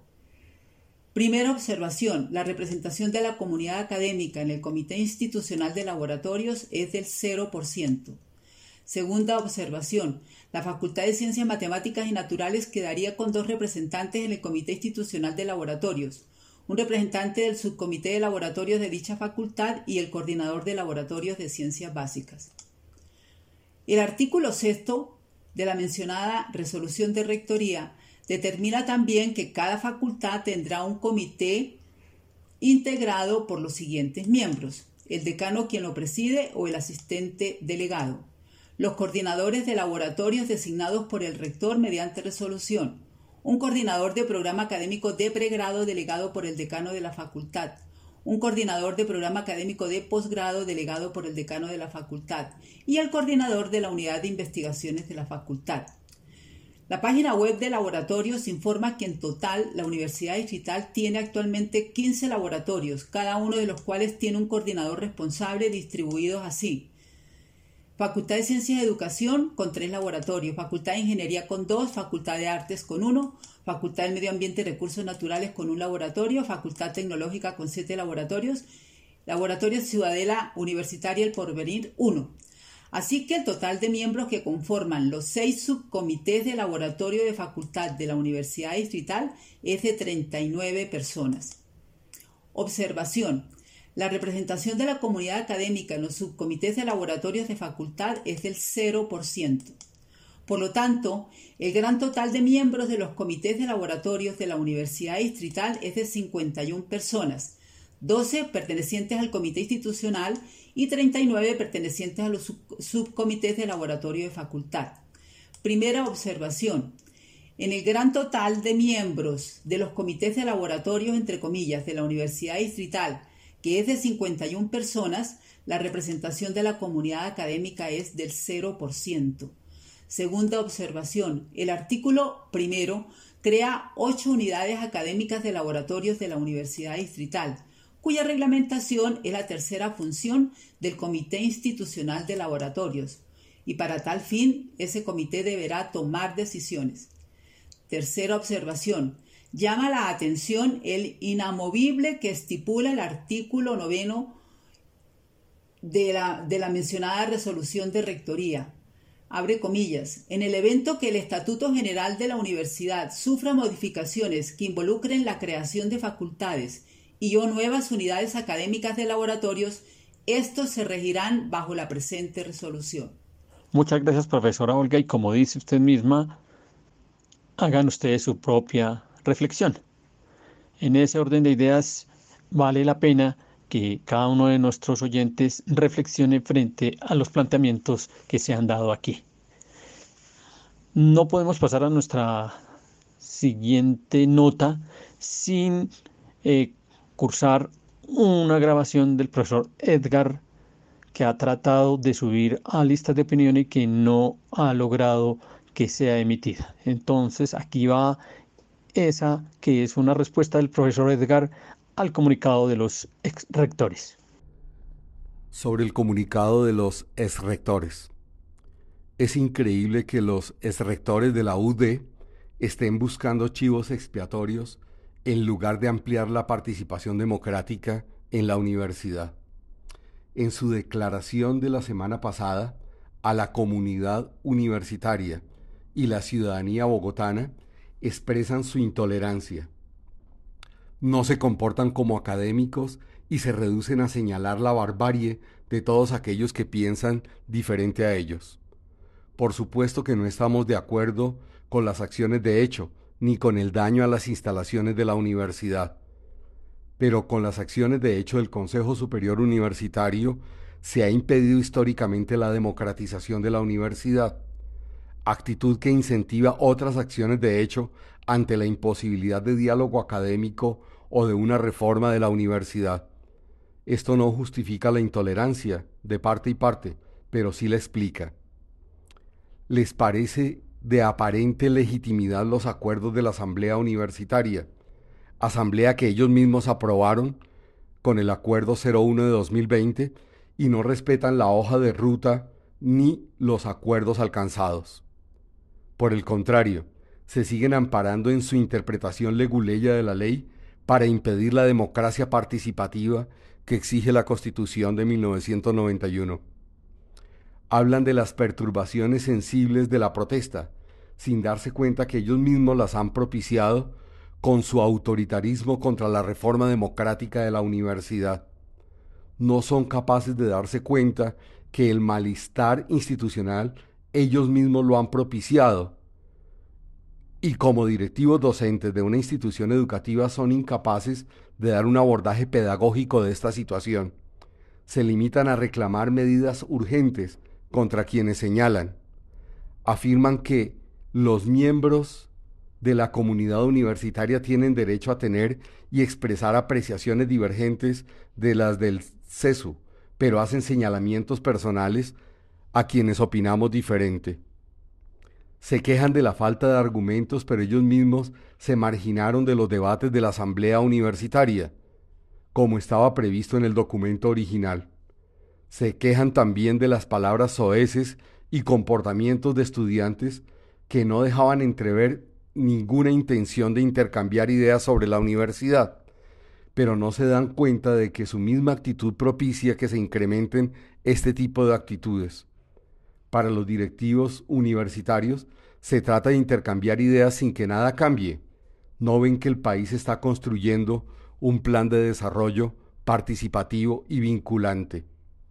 Primera observación, la representación de la comunidad académica en el Comité Institucional de Laboratorios es del 0%. Segunda observación, la Facultad de Ciencias Matemáticas y Naturales quedaría con 2 representantes en el Comité Institucional de Laboratorios, un representante del Subcomité de Laboratorios de dicha facultad y el coordinador de laboratorios de ciencias básicas. El artículo 6 de la mencionada resolución de rectoría determina también que cada facultad tendrá un comité integrado por los siguientes miembros: el decano quien lo preside o el asistente delegado, los coordinadores de laboratorios designados por el rector mediante resolución, un coordinador de programa académico de pregrado delegado por el decano de la facultad, un coordinador de programa académico de posgrado delegado por el decano de la facultad y el coordinador de la unidad de investigaciones de la facultad. La página web de laboratorios informa que en total la Universidad Distrital tiene actualmente 15 laboratorios, cada uno de los cuales tiene un coordinador responsable distribuidos así. Facultad de Ciencias de Educación con 3 laboratorios, Facultad de Ingeniería con 2, Facultad de Artes con 1, Facultad del Medio Ambiente y Recursos Naturales con 1 laboratorio, Facultad Tecnológica con 7 laboratorios, Laboratorio Ciudadela Universitaria El Porvenir 1. Así que el total de miembros que conforman los 6 subcomités de laboratorio de facultad de la Universidad Distrital es de 39 personas. Observación. La representación de la comunidad académica en los subcomités de laboratorios de facultad es del 0%. Por lo tanto, el gran total de miembros de los comités de laboratorios de la Universidad Distrital es de 51 personas, 12 pertenecientes al comité institucional y 39 pertenecientes a los subcomités de laboratorio de facultad. Primera observación. En el gran total de miembros de los comités de laboratorios, entre comillas, de la Universidad Distrital, que es de 51 personas, la representación de la comunidad académica es del 0%. Segunda observación. El artículo primero crea 8 unidades académicas de laboratorios de la Universidad Distrital, cuya reglamentación es la tercera función del Comité Institucional de Laboratorios, y para tal fin ese comité deberá tomar decisiones. Tercera observación. Llama la atención el inamovible que estipula el artículo 9 de la mencionada resolución de rectoría. Abre comillas. En el evento que el Estatuto General de la Universidad sufra modificaciones que involucren la creación de facultades y o nuevas unidades académicas de laboratorios, estos se regirán bajo la presente resolución. Muchas gracias, profesora Olga, y como dice usted misma, hagan ustedes su propia reflexión. En ese orden de ideas, vale la pena que cada uno de nuestros oyentes reflexione frente a los planteamientos que se han dado aquí. No podemos pasar a nuestra siguiente nota sin cursar una grabación del profesor Edgar, que ha tratado de subir a listas de opinión y que no ha logrado que sea emitida. Entonces aquí va esa que es una respuesta del profesor Edgar al comunicado de los exrectores. Sobre el comunicado de los exrectores. Es increíble que los exrectores de la UD estén buscando chivos expiatorios en lugar de ampliar la participación democrática en la universidad. En su declaración de la semana pasada a la comunidad universitaria y la ciudadanía bogotana, expresan su intolerancia. No se comportan como académicos y se reducen a señalar la barbarie de todos aquellos que piensan diferente a ellos. Por supuesto que no estamos de acuerdo con las acciones de hecho, ni con el daño a las instalaciones de la universidad. Pero con las acciones de hecho del Consejo Superior Universitario se ha impedido históricamente la democratización de la universidad, actitud que incentiva otras acciones de hecho ante la imposibilidad de diálogo académico o de una reforma de la universidad. Esto no justifica la intolerancia de parte y parte, pero sí la explica. ¿Les parece de aparente legitimidad los acuerdos de la Asamblea Universitaria? Asamblea que ellos mismos aprobaron con el Acuerdo 01 de 2020 y no respetan la hoja de ruta ni los acuerdos alcanzados. Por el contrario, se siguen amparando en su interpretación leguleya de la ley para impedir la democracia participativa que exige la Constitución de 1991. Hablan de las perturbaciones sensibles de la protesta, sin darse cuenta que ellos mismos las han propiciado con su autoritarismo contra la reforma democrática de la universidad. No son capaces de darse cuenta que el malestar institucional ellos mismos lo han propiciado, y como directivos docentes de una institución educativa son incapaces de dar un abordaje pedagógico de esta situación. Se limitan a reclamar medidas urgentes contra quienes señalan. Afirman que los miembros de la comunidad universitaria tienen derecho a tener y expresar apreciaciones divergentes de las del CESU, pero hacen señalamientos personales a quienes opinamos diferente. Se quejan de la falta de argumentos, pero ellos mismos se marginaron de los debates de la Asamblea Universitaria, como estaba previsto en el documento original. Se quejan también de las palabras soeces y comportamientos de estudiantes que no dejaban entrever ninguna intención de intercambiar ideas sobre la universidad, pero no se dan cuenta de que su misma actitud propicia que se incrementen este tipo de actitudes. Para los directivos universitarios se trata de intercambiar ideas sin que nada cambie. No ven que el país está construyendo un plan de desarrollo participativo y vinculante.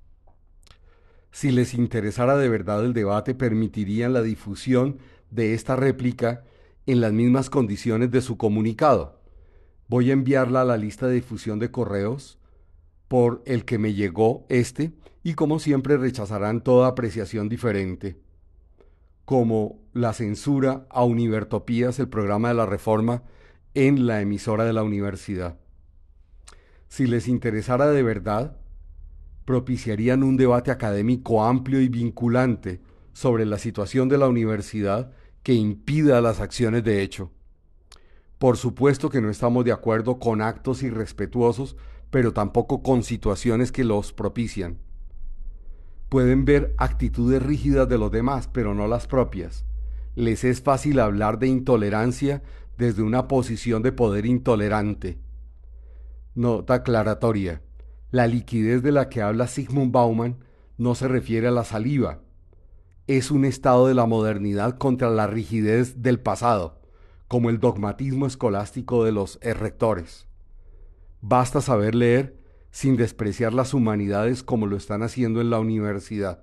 Si les interesara de verdad el debate, permitirían la difusión de esta réplica en las mismas condiciones de su comunicado. Voy a enviarla a la lista de difusión de correos por el que me llegó y como siempre rechazarán toda apreciación diferente, como la censura a Univertopías, el programa de la reforma, en la emisora de la universidad. Si les interesara de verdad, propiciarían un debate académico amplio y vinculante sobre la situación de la universidad que impida las acciones de hecho. Por supuesto que no estamos de acuerdo con actos irrespetuosos, pero tampoco con situaciones que los propician. Pueden ver actitudes rígidas de los demás, pero no las propias. Les es fácil hablar de intolerancia desde una posición de poder intolerante. Nota aclaratoria. La liquidez de la que habla Zygmunt Bauman no se refiere a la saliva. Es un estado de la modernidad contra la rigidez del pasado, como el dogmatismo escolástico de los rectores. Basta saber leer sin despreciar las humanidades como lo están haciendo en la universidad.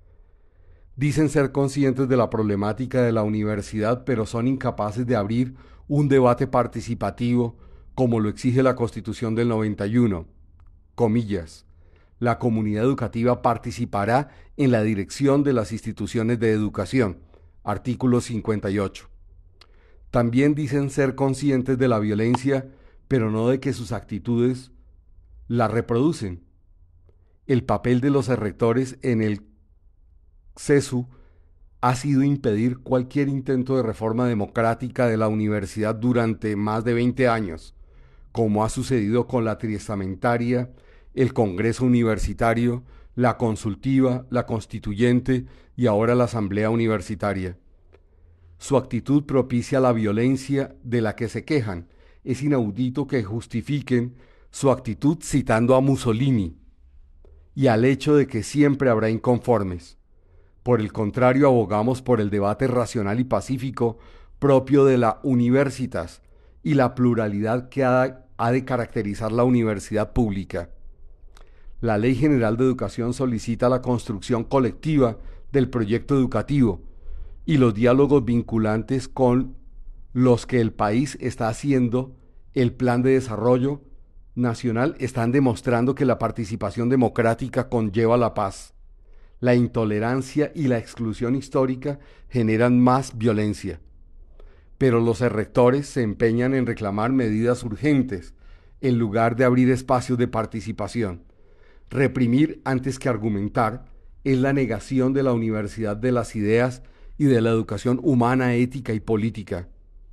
Dicen ser conscientes de la problemática de la universidad, pero son incapaces de abrir un debate participativo como lo exige la Constitución del 91. Comillas. La comunidad educativa participará en la dirección de las instituciones de educación. Artículo 58. También dicen ser conscientes de la violencia, pero no de que sus actitudes la reproducen. El papel de los rectores en el CESU ha sido impedir cualquier intento de reforma democrática de la universidad durante más de 20 años, como ha sucedido con la triestamentaria, el Congreso Universitario, la Consultiva, la Constituyente y ahora la Asamblea Universitaria. Su actitud propicia la violencia de la que se quejan. Es inaudito que justifiquen su actitud citando a Mussolini y al hecho de que siempre habrá inconformes. Por el contrario, abogamos por el debate racional y pacífico propio de la universitas y la pluralidad que ha de caracterizar la universidad pública. La Ley General de Educación solicita la construcción colectiva del proyecto educativo y los diálogos vinculantes con los que el país está haciendo el Plan de Desarrollo Nacional están demostrando que la participación democrática conlleva la paz. La intolerancia y la exclusión histórica generan más violencia. Pero los rectores se empeñan en reclamar medidas urgentes en lugar de abrir espacios de participación. Reprimir antes que argumentar es la negación de la universidad de las ideas y de la educación humana, ética y política.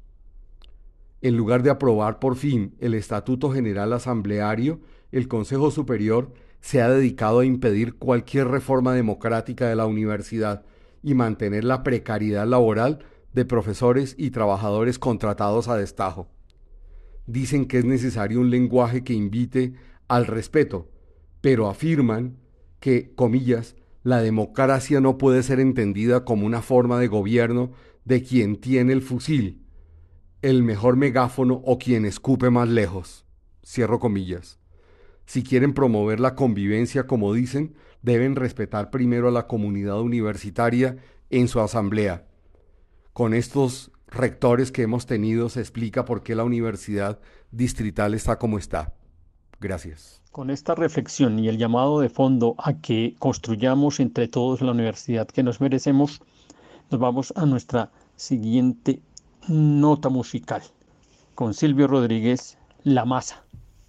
En lugar de aprobar por fin el Estatuto General Asambleario, el Consejo Superior se ha dedicado a impedir cualquier reforma democrática de la universidad y mantener la precariedad laboral de profesores y trabajadores contratados a destajo. Dicen que es necesario un lenguaje que invite al respeto, pero afirman que, comillas, la democracia no puede ser entendida como una forma de gobierno de quien tiene el fusil, el mejor megáfono o quien escupe más lejos. Cierro comillas. Si quieren promover la convivencia, como dicen, deben respetar primero a la comunidad universitaria en su asamblea. Con estos rectores que hemos tenido se explica por qué la universidad distrital está como está. Gracias. Con esta reflexión y el llamado de fondo a que construyamos entre todos la universidad que nos merecemos, nos vamos a nuestra siguiente nota musical. Con Silvio Rodríguez, La Masa.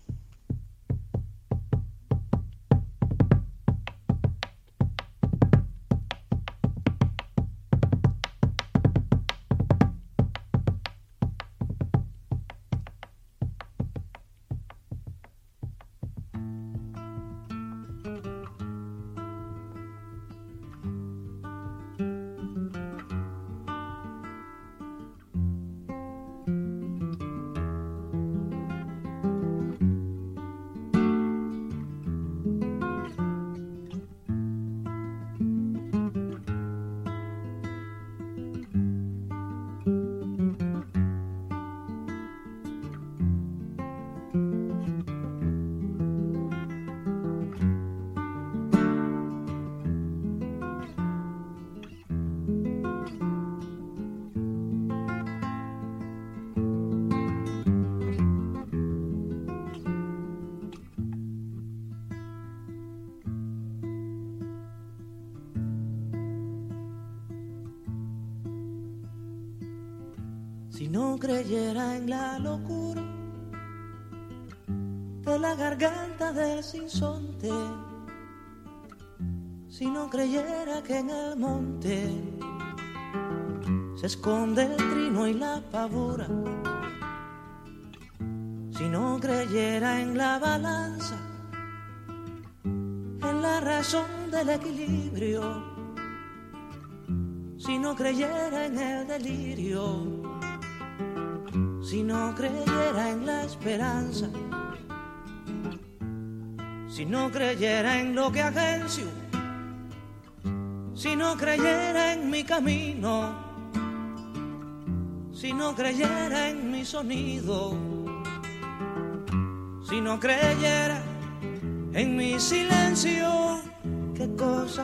Si no creyera en la locura de la garganta del sinsonte, si no creyera que en el monte se esconde el trino y la pavura, si no creyera en la balanza, en la razón del equilibrio, si no creyera en el delirio, si no creyera en la esperanza, si no creyera en lo que agencio, si no creyera en mi camino, si no creyera en mi sonido, si no creyera en mi silencio, qué cosa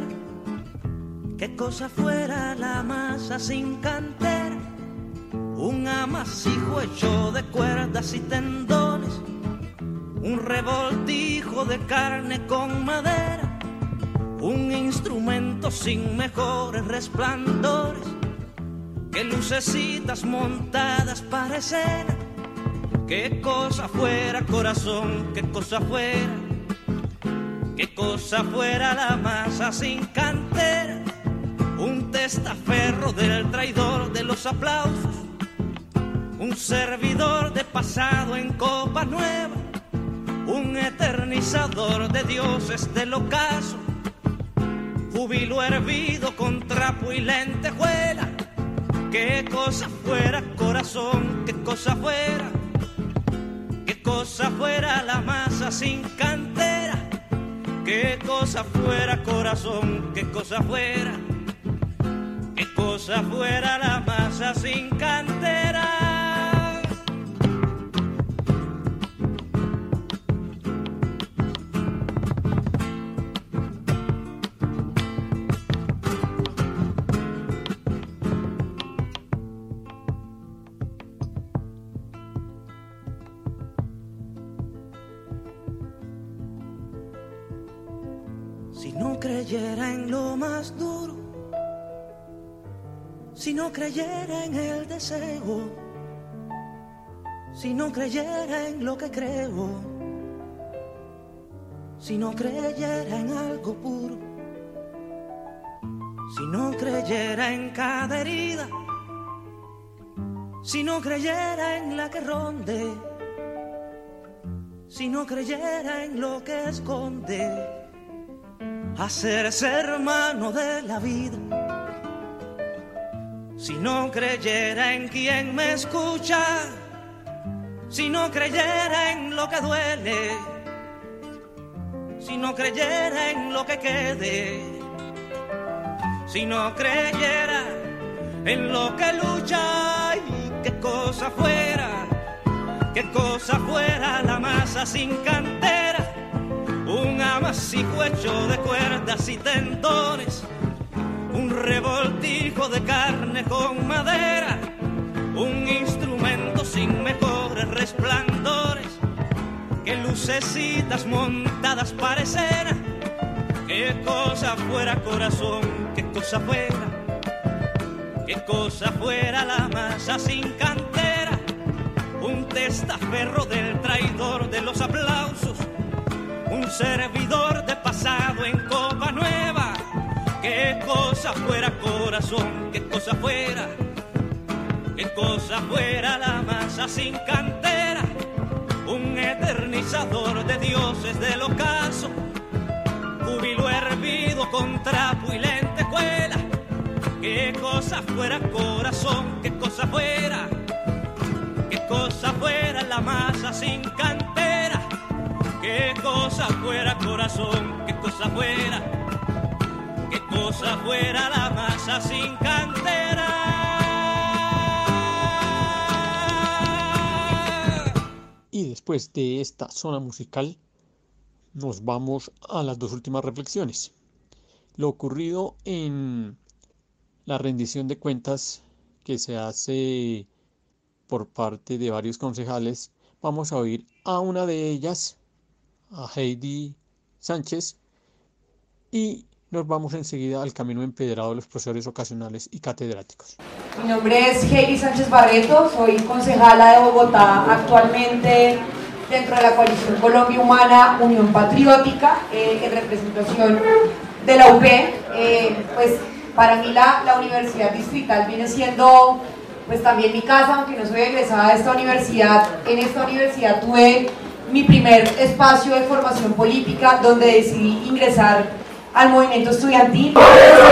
fuera la masa sin cantera, un amasijo hecho de cuerdas y tendones, un revoltijo de carne con madera, un instrumento sin mejores resplandores que lucecitas montadas para escena. Qué cosa fuera, corazón, qué cosa fuera la masa sin cantera, un testaferro del traidor de los aplausos, un servidor de pasado en copa nueva, un eternizador de dioses del ocaso, júbilo hervido con trapo y lentejuela. Qué cosa fuera, corazón, qué cosa fuera la masa sin cantera, qué cosa fuera, corazón, qué cosa fuera la masa sin cantera. Si no creyera en lo más duro, si no creyera en el deseo, si no creyera en lo que creo, si no creyera en algo puro, si no creyera en cada herida, si no creyera en la que ronde, si no creyera en lo que esconde, hacerse hermano de la vida, si no creyera en quien me escucha, si no creyera en lo que duele, si no creyera en lo que quede, si no creyera en lo que lucha, y qué cosa fuera la masa sin cantera, un amasijo hecho de cuerdas y tendones, un revoltijo de carne con madera, un instrumento sin mejores resplandores que lucecitas montadas para escena. Qué cosa fuera, corazón, qué cosa fuera la masa sin cantera, un testaferro del traidor de los aplausos, un servidor de pasado en copa nueva. Qué cosa fuera, corazón, qué cosa fuera la masa sin cantera, un eternizador de dioses del ocaso, júbilo hervido con trapo y lentejuela. Qué cosa fuera, corazón, qué cosa fuera la masa sin cantera, qué cosa fuera, corazón, qué cosa fuera la masa sin cantera. Y después de esta zona musical nos vamos a las dos últimas reflexiones. Lo ocurrido en la rendición de cuentas que se hace por parte de varios concejales. Vamos a oír a una de ellas, a Heidi Sánchez, y nos vamos enseguida al camino empedrado de los profesores ocasionales y catedráticos. Mi nombre es Heidi Sánchez Barreto, soy concejala de Bogotá, actualmente dentro de la coalición Colombia Humana, Unión Patriótica, en representación de la UP. Pues para mí la Universidad Distrital viene siendo pues también mi casa, aunque no soy egresada de esta universidad. En esta universidad tuve mi primer espacio de formación política, donde decidí ingresar al movimiento estudiantil. Por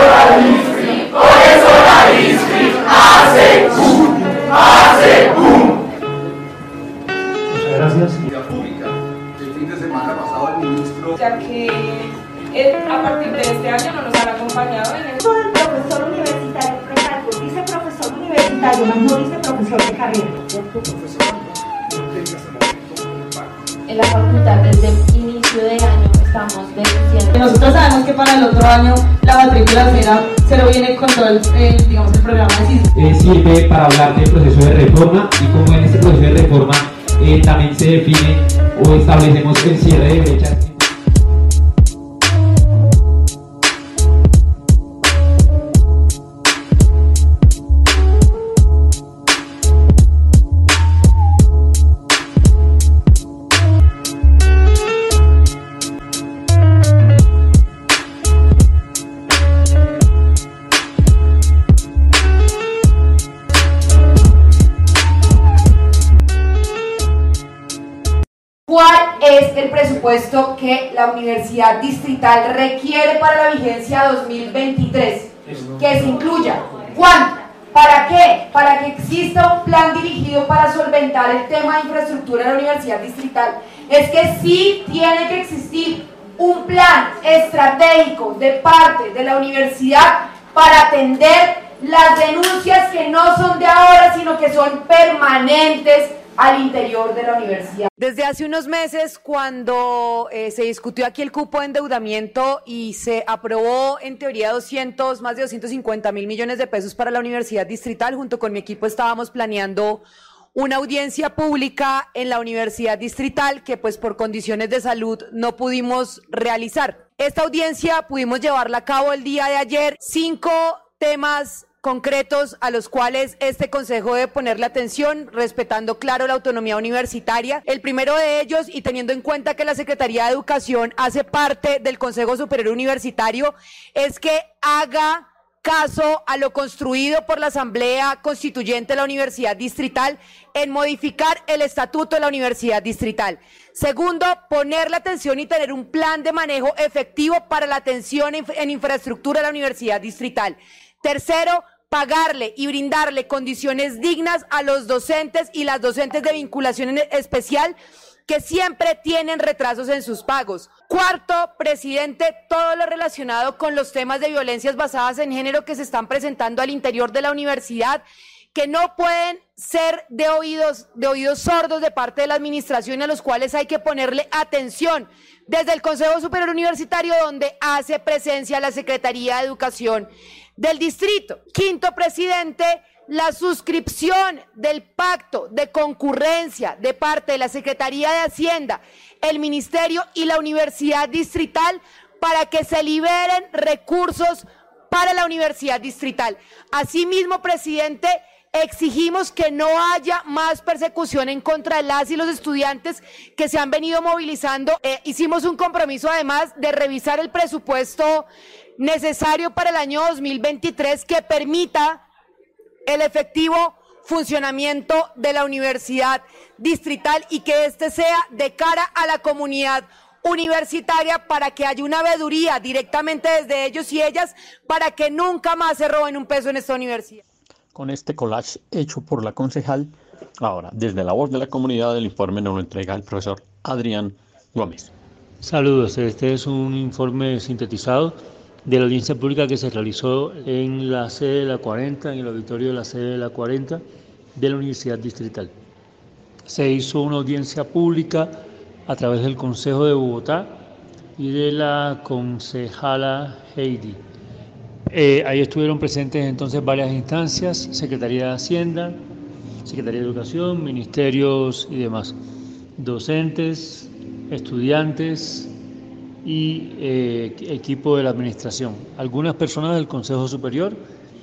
eso la ISCRI hace boom, hace boom. Muchas gracias. Pública. El fin de semana pasado el ministro... Ya que a partir de este año no nos han acompañado en el... Todo el profesor universitario, recalco, dice profesor universitario, más no dice profesor de carrera. En la facultad desde el inicio de año estamos denunciando. Nosotros sabemos que para el otro año la matrícula cero viene con todo el programa de CIS. Sirve para hablar del proceso de reforma y cómo en este proceso de reforma también se define o establecemos el cierre de brechas. ¿Cuál es el presupuesto que la Universidad Distrital requiere para la vigencia 2023? Que se incluya. ¿Cuánto? ¿Para qué? Para que exista un plan dirigido para solventar el tema de infraestructura de la Universidad Distrital. Es que sí tiene que existir un plan estratégico de parte de la universidad para atender las denuncias que no son de ahora, sino que son permanentes al interior de la universidad. Desde hace unos meses, cuando se discutió aquí el cupo de endeudamiento y se aprobó en teoría más de 250 mil millones de pesos para la Universidad Distrital, junto con mi equipo estábamos planeando una audiencia pública en la Universidad Distrital que pues por condiciones de salud no pudimos realizar. Esta audiencia pudimos llevarla a cabo el día de ayer. 5 temas concretos a los cuales este consejo debe ponerle atención, respetando claro la autonomía universitaria. El primero de ellos, y teniendo en cuenta que la Secretaría de Educación hace parte del Consejo Superior Universitario, es que haga caso a lo construido por la Asamblea Constituyente de la Universidad Distrital en modificar el estatuto de la Universidad Distrital. Segundo, ponerle atención y tener un plan de manejo efectivo para la atención en infraestructura de la Universidad Distrital. Tercero, pagarle y brindarle condiciones dignas a los docentes y las docentes de vinculación especial que siempre tienen retrasos en sus pagos. Cuarto, presidente, todo lo relacionado con los temas de violencias basadas en género que se están presentando al interior de la universidad, que no pueden ser de oídos sordos de parte de la administración, a los cuales hay que ponerle atención desde el Consejo Superior Universitario, donde hace presencia la Secretaría de Educación del distrito. Quinto, presidente, la suscripción del pacto de concurrencia de parte de la Secretaría de Hacienda, el Ministerio y la Universidad Distrital para que se liberen recursos para la Universidad Distrital. Asimismo, presidente, exigimos que no haya más persecución en contra de las y los estudiantes que se han venido movilizando. Hicimos un compromiso además de revisar el presupuesto necesario para el año 2023 que permita el efectivo funcionamiento de la Universidad Distrital y que este sea de cara a la comunidad universitaria para que haya una veeduría directamente desde ellos y ellas para que nunca más se roben un peso en esta universidad. Con este collage hecho por la concejal, ahora desde la voz de la comunidad el informe nos lo entrega el profesor Adrián Gómez. Saludos, este es un informe sintetizado de la audiencia pública que se realizó en la sede de la 40, en el auditorio de la sede de la 40 de la Universidad Distrital. Se hizo una audiencia pública a través del Consejo de Bogotá y de la concejala Heidi. Ahí estuvieron presentes entonces varias instancias, Secretaría de Hacienda, Secretaría de Educación, ministerios y demás, docentes, estudiantes y equipo de la administración. Algunas personas del Consejo Superior,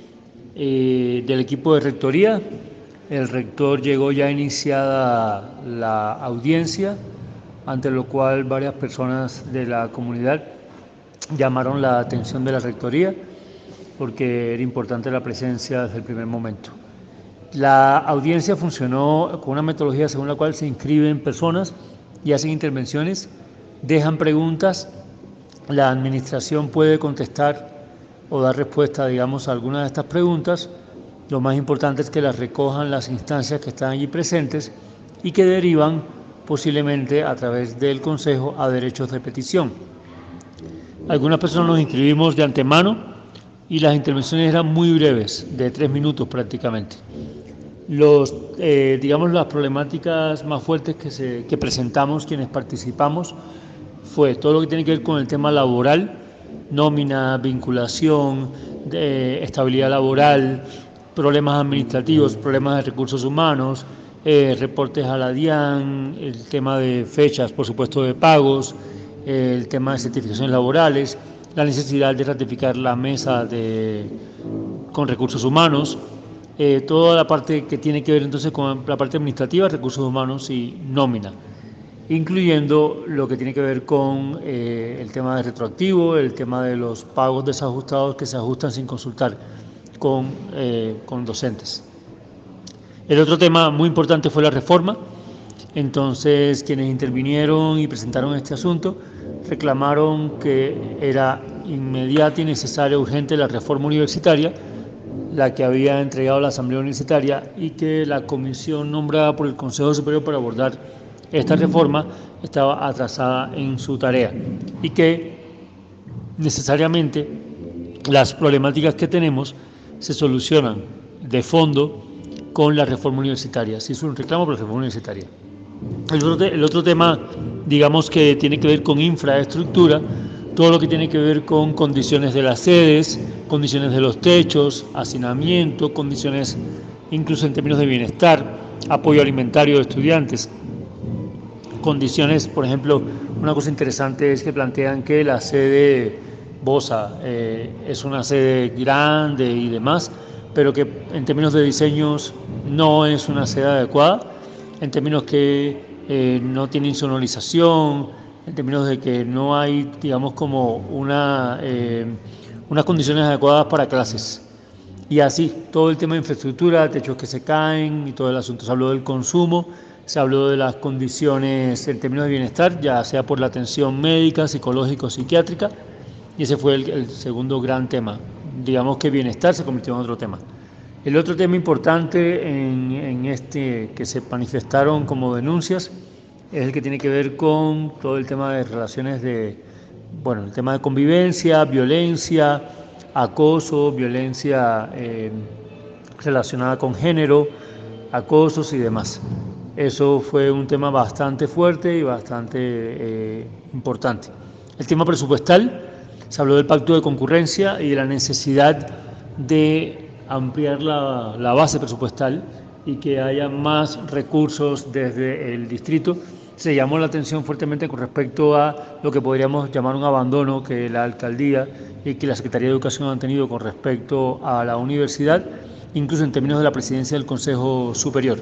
del equipo de rectoría. El rector llegó ya iniciada la audiencia, ante lo cual varias personas de la comunidad llamaron la atención de la Rectoría porque era importante la presencia desde el primer momento. La audiencia funcionó con una metodología según la cual se inscriben personas y hacen intervenciones, dejan preguntas, la administración puede contestar o dar respuesta, digamos, a algunas de estas preguntas. Lo más importante es que las recojan las instancias que están allí presentes y que derivan posiblemente a través del Consejo a derechos de petición. Algunas personas nos inscribimos de antemano y las intervenciones eran muy breves, de 3 minutos prácticamente. Digamos, las problemáticas más fuertes que presentamos quienes participamos fue todo lo que tiene que ver con el tema laboral, nómina, vinculación, estabilidad laboral, problemas administrativos, problemas de recursos humanos, reportes a la DIAN, el tema de fechas, por supuesto, de pagos, el tema de certificaciones laborales, la necesidad de ratificar la mesa con recursos humanos, toda la parte que tiene que ver entonces con la parte administrativa, recursos humanos y nómina, incluyendo lo que tiene que ver con el tema de retroactivo, el tema de los pagos desajustados que se ajustan sin consultar con docentes. El otro tema muy importante fue la reforma. Entonces, quienes intervinieron y presentaron este asunto reclamaron que era inmediata y necesaria, urgente, la reforma universitaria, la que había entregado la Asamblea Universitaria, y que la comisión nombrada por el Consejo Superior para abordar esta reforma estaba atrasada en su tarea y que necesariamente las problemáticas que tenemos se solucionan de fondo con la reforma universitaria. Se hizo un reclamo por la reforma universitaria. El otro tema, digamos, que tiene que ver con infraestructura, todo lo que tiene que ver con condiciones de las sedes, condiciones de los techos, hacinamiento, condiciones incluso en términos de bienestar, apoyo alimentario de estudiantes, condiciones, por ejemplo, una cosa interesante es que plantean que la sede Bosa es una sede grande y demás, pero que en términos de diseños no es una sede adecuada, en términos que no tiene insonorización, en términos de que no hay, digamos, como unas condiciones adecuadas para clases. Y así, todo el tema de infraestructura, techos que se caen y todo el asunto. Se habló del consumo, se habló de las condiciones en términos de bienestar, ya sea por la atención médica, psicológica o psiquiátrica, y ese fue el segundo gran tema. Digamos que bienestar se convirtió en otro tema. El otro tema importante en este que se manifestaron como denuncias es el que tiene que ver con todo el tema de relaciones el tema de convivencia, violencia, acoso, violencia relacionada con género, acosos y demás. Eso fue un tema bastante fuerte y bastante importante. El tema presupuestal, se habló del pacto de concurrencia y de la necesidad de ampliar la base presupuestal y que haya más recursos desde el distrito. Se llamó la atención fuertemente con respecto a lo que podríamos llamar un abandono que la alcaldía y que la Secretaría de Educación han tenido con respecto a la universidad, incluso en términos de la presidencia del Consejo Superior.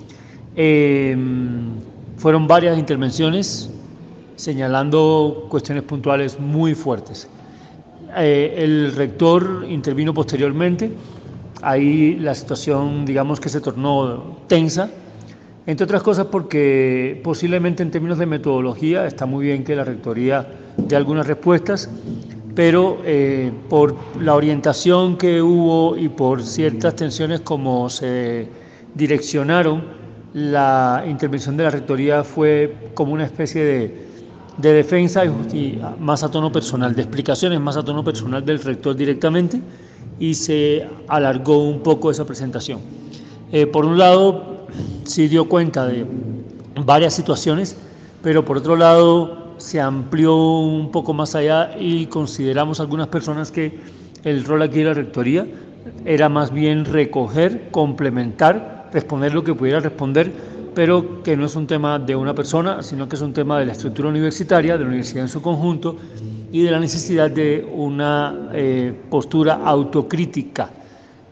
Fueron varias intervenciones señalando cuestiones puntuales muy fuertes. El rector intervino posteriormente. Ahí la situación, digamos, que se tornó tensa, entre otras cosas porque posiblemente en términos de metodología está muy bien que la rectoría dé algunas respuestas, pero por la orientación que hubo y por ciertas tensiones como se direccionaron, la intervención de la rectoría fue como una especie de defensa y más a tono personal, de explicaciones más a tono personal del rector directamente, y se alargó un poco esa presentación. Por un lado, sí dio cuenta de varias situaciones, pero por otro lado se amplió un poco más allá y consideramos algunas personas que el rol aquí de la rectoría era más bien recoger, complementar, responder lo que pudiera responder, pero que no es un tema de una persona, sino que es un tema de la estructura universitaria, de la universidad en su conjunto, y de la necesidad de una postura autocrítica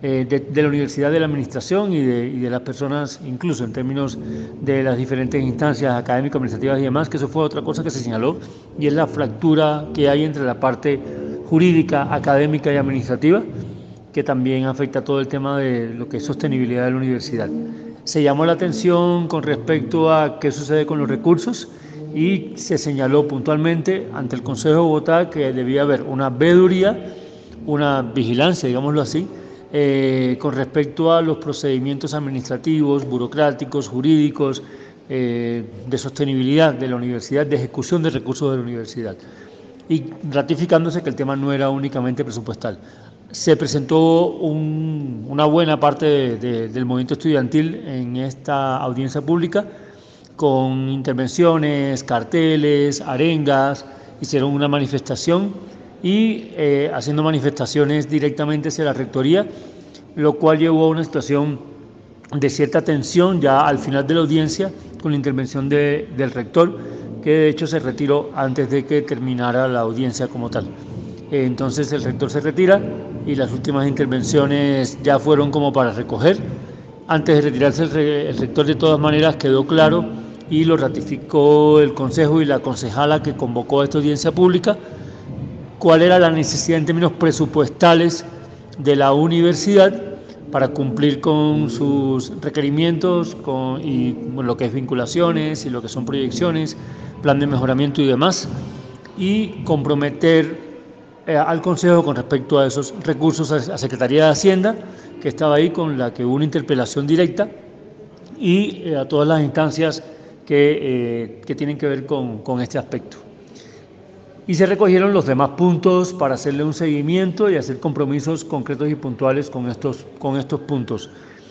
de la universidad, de la administración y de las personas, incluso en términos de las diferentes instancias académicas, administrativas y demás, que eso fue otra cosa que se señaló, y es la fractura que hay entre la parte jurídica, académica y administrativa, que también afecta todo el tema de lo que es sostenibilidad de la universidad. Se llamó la atención con respecto a qué sucede con los recursos y se señaló puntualmente ante el Consejo de Bogotá que debía haber una veeduría, una vigilancia, digámoslo así, con respecto a los procedimientos administrativos, burocráticos, jurídicos, de sostenibilidad de la universidad, de ejecución de recursos de la universidad, y ratificándose que el tema no era únicamente presupuestal. Se presentó una buena parte del movimiento estudiantil en esta audiencia pública, con intervenciones, carteles, arengas, hicieron una manifestación y haciendo manifestaciones directamente hacia la rectoría, lo cual llevó a una situación de cierta tensión ya al final de la audiencia, con la intervención del rector, que de hecho se retiró antes de que terminara la audiencia como tal. Entonces el rector se retira y las últimas intervenciones ya fueron como para recoger. Antes de retirarse el rector de todas maneras quedó claro y lo ratificó el consejo y la concejala que convocó a esta audiencia pública, cuál era la necesidad en términos presupuestales de la universidad para cumplir con sus requerimientos y lo que es vinculaciones y lo que son proyecciones, plan de mejoramiento y demás, y comprometer al Consejo con respecto a esos recursos a Secretaría de Hacienda, que estaba ahí, con la que hubo una interpelación directa, y a todas las instancias que tienen que ver con este aspecto. Y se recogieron los demás puntos para hacerle un seguimiento y hacer compromisos concretos y puntuales con estos puntos.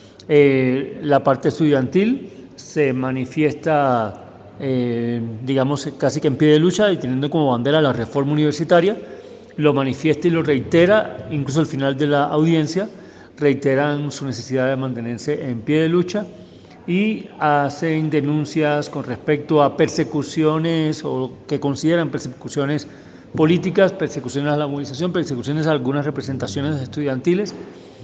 La parte estudiantil se manifiesta, digamos, casi que en pie de lucha y teniendo como bandera la reforma universitaria. Lo manifiesta y lo reitera, incluso al final de la audiencia, reiteran su necesidad de mantenerse en pie de lucha y hacen denuncias con respecto a persecuciones o que consideran persecuciones políticas, persecuciones a la movilización, persecuciones a algunas representaciones estudiantiles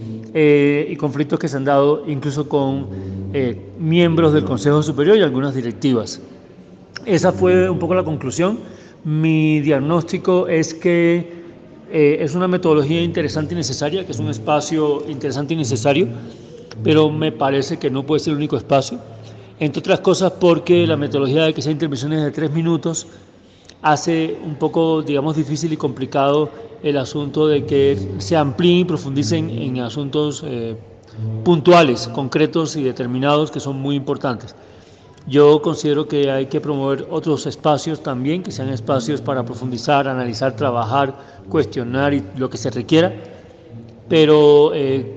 y conflictos que se han dado incluso con miembros del Consejo Superior y algunas directivas. Esa fue un poco la conclusión. Mi diagnóstico es que es una metodología interesante y necesaria, que es un espacio interesante y necesario, pero me parece que no puede ser el único espacio, entre otras cosas porque la metodología de que sean intervenciones de 3 minutos hace un poco, digamos, difícil y complicado el asunto de que se amplíen y profundicen en asuntos puntuales, concretos y determinados que son muy importantes. Yo considero que hay que promover otros espacios también, que sean espacios para profundizar, analizar, trabajar, cuestionar y lo que se requiera, pero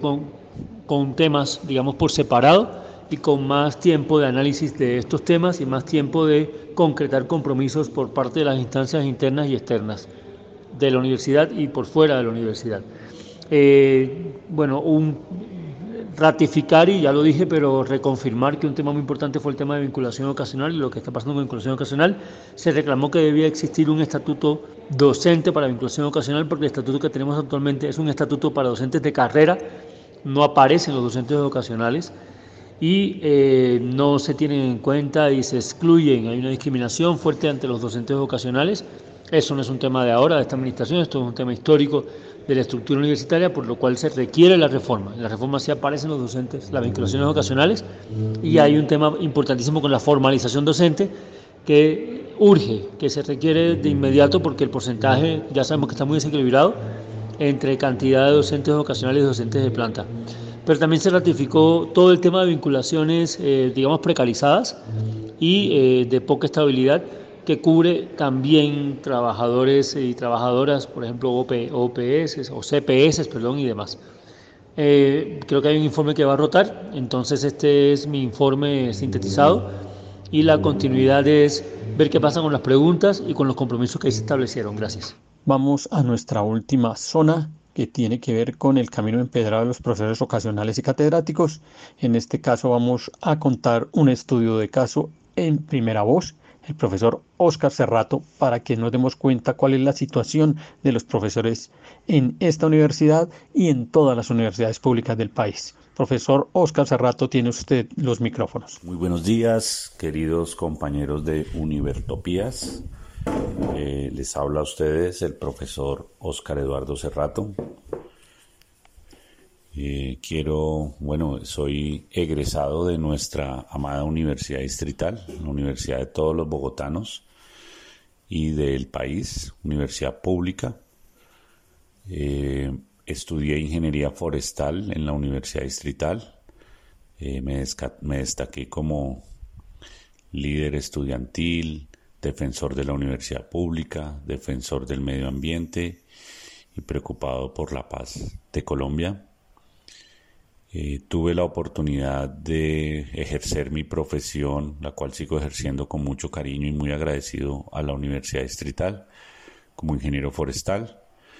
con temas, digamos, por separado y con más tiempo de análisis de estos temas y más tiempo de concretar compromisos por parte de las instancias internas y externas de la universidad y por fuera de la universidad. Ratificar, y ya lo dije, pero reconfirmar que un tema muy importante fue el tema de vinculación ocasional y lo que está pasando con vinculación ocasional. Se reclamó que debía existir un estatuto docente para vinculación ocasional porque el estatuto que tenemos actualmente es un estatuto para docentes de carrera, no aparecen los docentes ocasionales y no se tienen en cuenta y se excluyen. Hay una discriminación fuerte ante los docentes ocasionales. Eso no es un tema de ahora, de esta administración, esto es un tema histórico de la estructura universitaria, por lo cual se requiere la reforma. En la reforma sí aparecen los docentes, las vinculaciones ocasionales, y hay un tema importantísimo con la formalización docente que urge, que se requiere de inmediato porque el porcentaje ya sabemos que está muy desequilibrado entre cantidad de docentes ocasionales y docentes de planta. Pero también se ratificó todo el tema de vinculaciones, digamos, precarizadas y de poca estabilidad, que cubre también trabajadores y trabajadoras, por ejemplo, OPS o CPS, y demás. Creo que hay un informe que va a rotar, entonces este es mi informe sintetizado y la continuidad es ver qué pasa con las preguntas y con los compromisos que ahí se establecieron. Gracias. Vamos a nuestra última zona, que tiene que ver con el camino empedrado de los profesores ocasionales y catedráticos. En este caso vamos a contar un estudio de caso en primera voz el profesor Óscar Cerrato, para que nos demos cuenta cuál es la situación de los profesores en esta universidad y en todas las universidades públicas del país. Profesor Óscar Cerrato, tiene usted los micrófonos. Muy buenos días, queridos compañeros de Univertopías. Les habla a ustedes el profesor Óscar Eduardo Cerrato. Soy egresado de nuestra amada Universidad Distrital, la Universidad de todos los bogotanos y del país, universidad pública. Estudié Ingeniería Forestal en la Universidad Distrital. Me destaqué como líder estudiantil, defensor de la universidad pública, defensor del medio ambiente y preocupado por la paz de Colombia. Tuve la oportunidad de ejercer mi profesión, la cual sigo ejerciendo con mucho cariño y muy agradecido a la Universidad Distrital, como ingeniero forestal,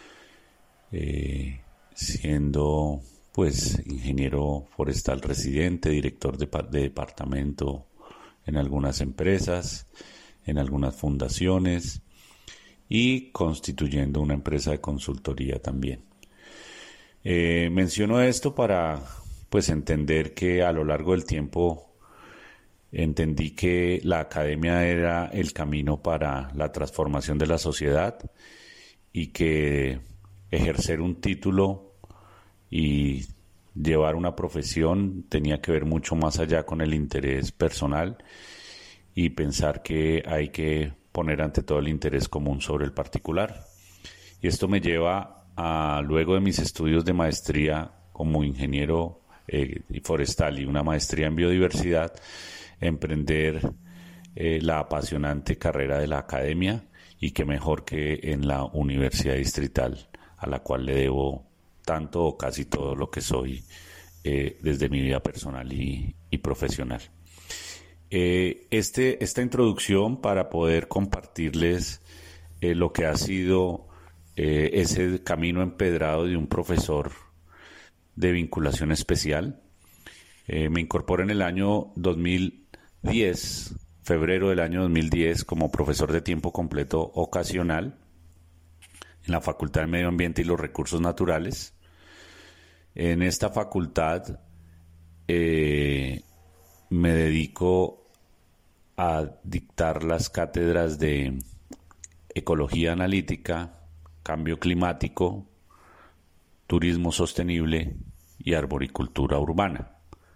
siendo ingeniero forestal residente, director de departamento en algunas empresas, en algunas fundaciones y constituyendo una empresa de consultoría también. Menciono esto para entender que a lo largo del tiempo entendí que la academia era el camino para la transformación de la sociedad y que ejercer un título y llevar una profesión tenía que ver mucho más allá con el interés personal y pensar que hay que poner ante todo el interés común sobre el particular. Y esto me lleva luego de mis estudios de maestría como ingeniero forestal y una maestría en biodiversidad, emprender la apasionante carrera de la academia, y qué mejor que en la Universidad Distrital, a la cual le debo tanto o casi todo lo que soy desde mi vida personal y profesional. Esta introducción para poder compartirles lo que ha sido ese camino empedrado de un profesor de vinculación especial. Me incorporé en el año 2010, febrero del año 2010, como profesor de tiempo completo ocasional en la Facultad de Medio Ambiente y los Recursos Naturales. En esta facultad me dedico a dictar las cátedras de Ecología Analítica, Cambio Climático, Turismo Sostenible y Arboricultura Urbana.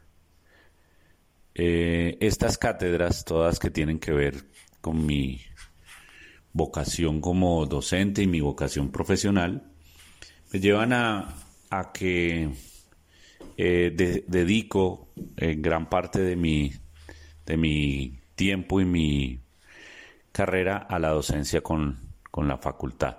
Estas cátedras, todas que tienen que ver con mi vocación como docente y mi vocación profesional, me llevan a que dedico gran parte de mi tiempo y mi carrera a la docencia con la facultad.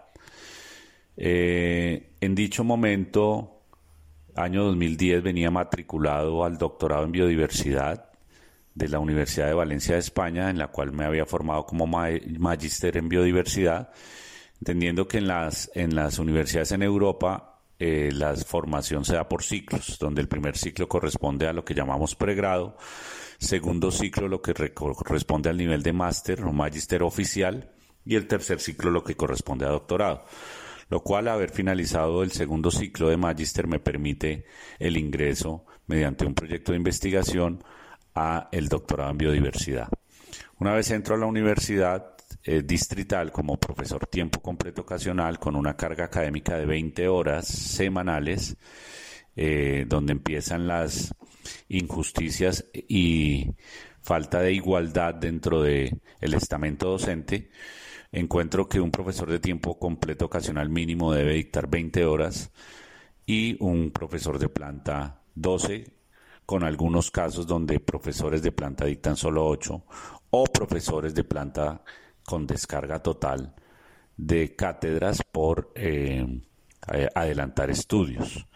En dicho momento, año 2010, venía matriculado al doctorado en biodiversidad de la Universidad de Valencia de España, en la cual me había formado como magíster en biodiversidad, entendiendo que en las universidades en Europa la formación se da por ciclos, donde el primer ciclo corresponde a lo que llamamos pregrado, segundo ciclo lo que corresponde al nivel de máster o magíster oficial, y el tercer ciclo lo que corresponde a doctorado. Lo cual, haber finalizado el segundo ciclo de magíster, me permite el ingreso mediante un proyecto de investigación a el doctorado en biodiversidad. Una vez entro a la universidad distrital como profesor tiempo completo ocasional, con una carga académica de 20 horas semanales, donde empiezan las injusticias y falta de igualdad dentro del estamento docente, encuentro que un profesor de tiempo completo ocasional mínimo debe dictar 20 horas y un profesor de planta 12, con algunos casos donde profesores de planta dictan solo 8, o profesores de planta con descarga total de cátedras por adelantar estudios,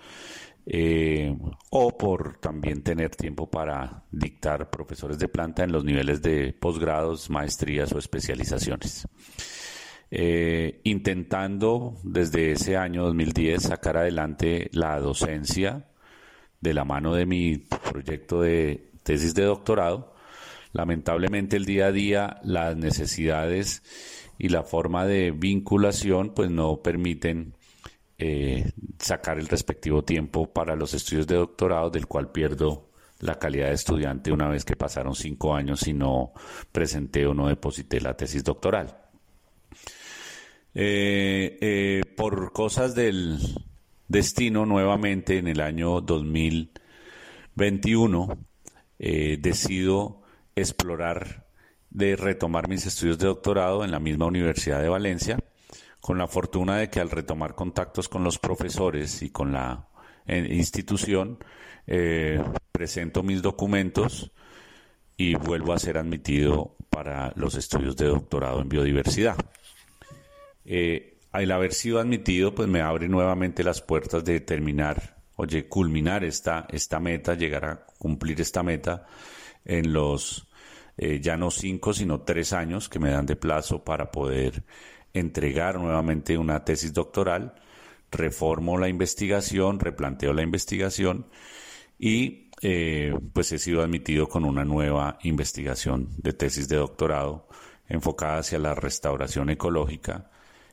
o por también tener tiempo para dictar profesores de planta en los niveles de posgrados, maestrías o especializaciones. Intentando desde ese año 2010 sacar adelante la docencia de la mano de mi proyecto de tesis de doctorado, Lamentablemente el día a día, las necesidades y la forma de vinculación pues no permiten sacar el respectivo tiempo para los estudios de doctorado, del cual pierdo la calidad de estudiante una vez que pasaron 5 años y no presenté o no deposité la tesis doctoral. Por cosas del destino, nuevamente en el año 2021 decido explorar de retomar mis estudios de doctorado en la misma Universidad de Valencia, con la fortuna de que al retomar contactos con los profesores y con la institución, presento mis documentos y vuelvo a ser admitido para los estudios de doctorado en biodiversidad. Al haber sido admitido, pues me abre nuevamente las puertas de culminar esta meta, llegar a cumplir esta meta en los ya no 5, sino 3 años que me dan de plazo para poder entregar nuevamente una tesis doctoral. Reformo la investigación, replanteo la investigación y pues he sido admitido con una nueva investigación de tesis de doctorado enfocada hacia la restauración ecológica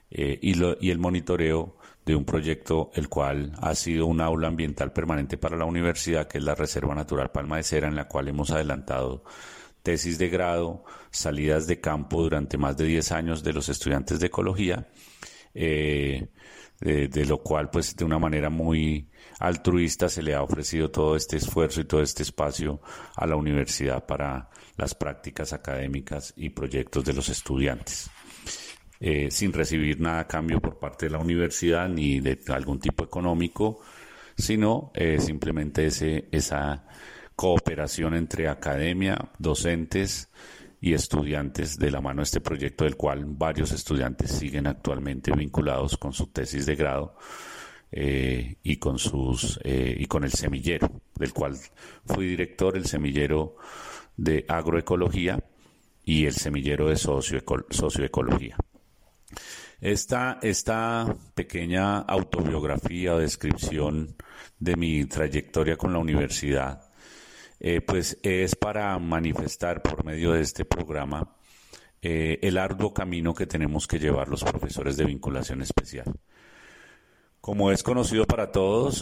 y el monitoreo de un proyecto el cual ha sido un aula ambiental permanente para la universidad, que es la Reserva Natural Palma de Cera, en la cual hemos adelantado tesis de grado, salidas de campo durante más de 10 años de los estudiantes de ecología, de lo cual pues de una manera muy altruista se le ha ofrecido todo este esfuerzo y todo este espacio a la universidad para las prácticas académicas y proyectos de los estudiantes, sin recibir nada a cambio por parte de la universidad ni de algún tipo económico, sino simplemente esa cooperación entre academia, docentes y estudiantes de la mano de este proyecto, del cual varios estudiantes siguen actualmente vinculados con su tesis de grado y con el semillero, del cual fui director, el semillero de agroecología y el semillero de socioecología. Esta pequeña autobiografía o descripción de mi trayectoria con la universidad pues es para manifestar por medio de este programa el arduo camino que tenemos que llevar los profesores de vinculación especial. Como es conocido para todos,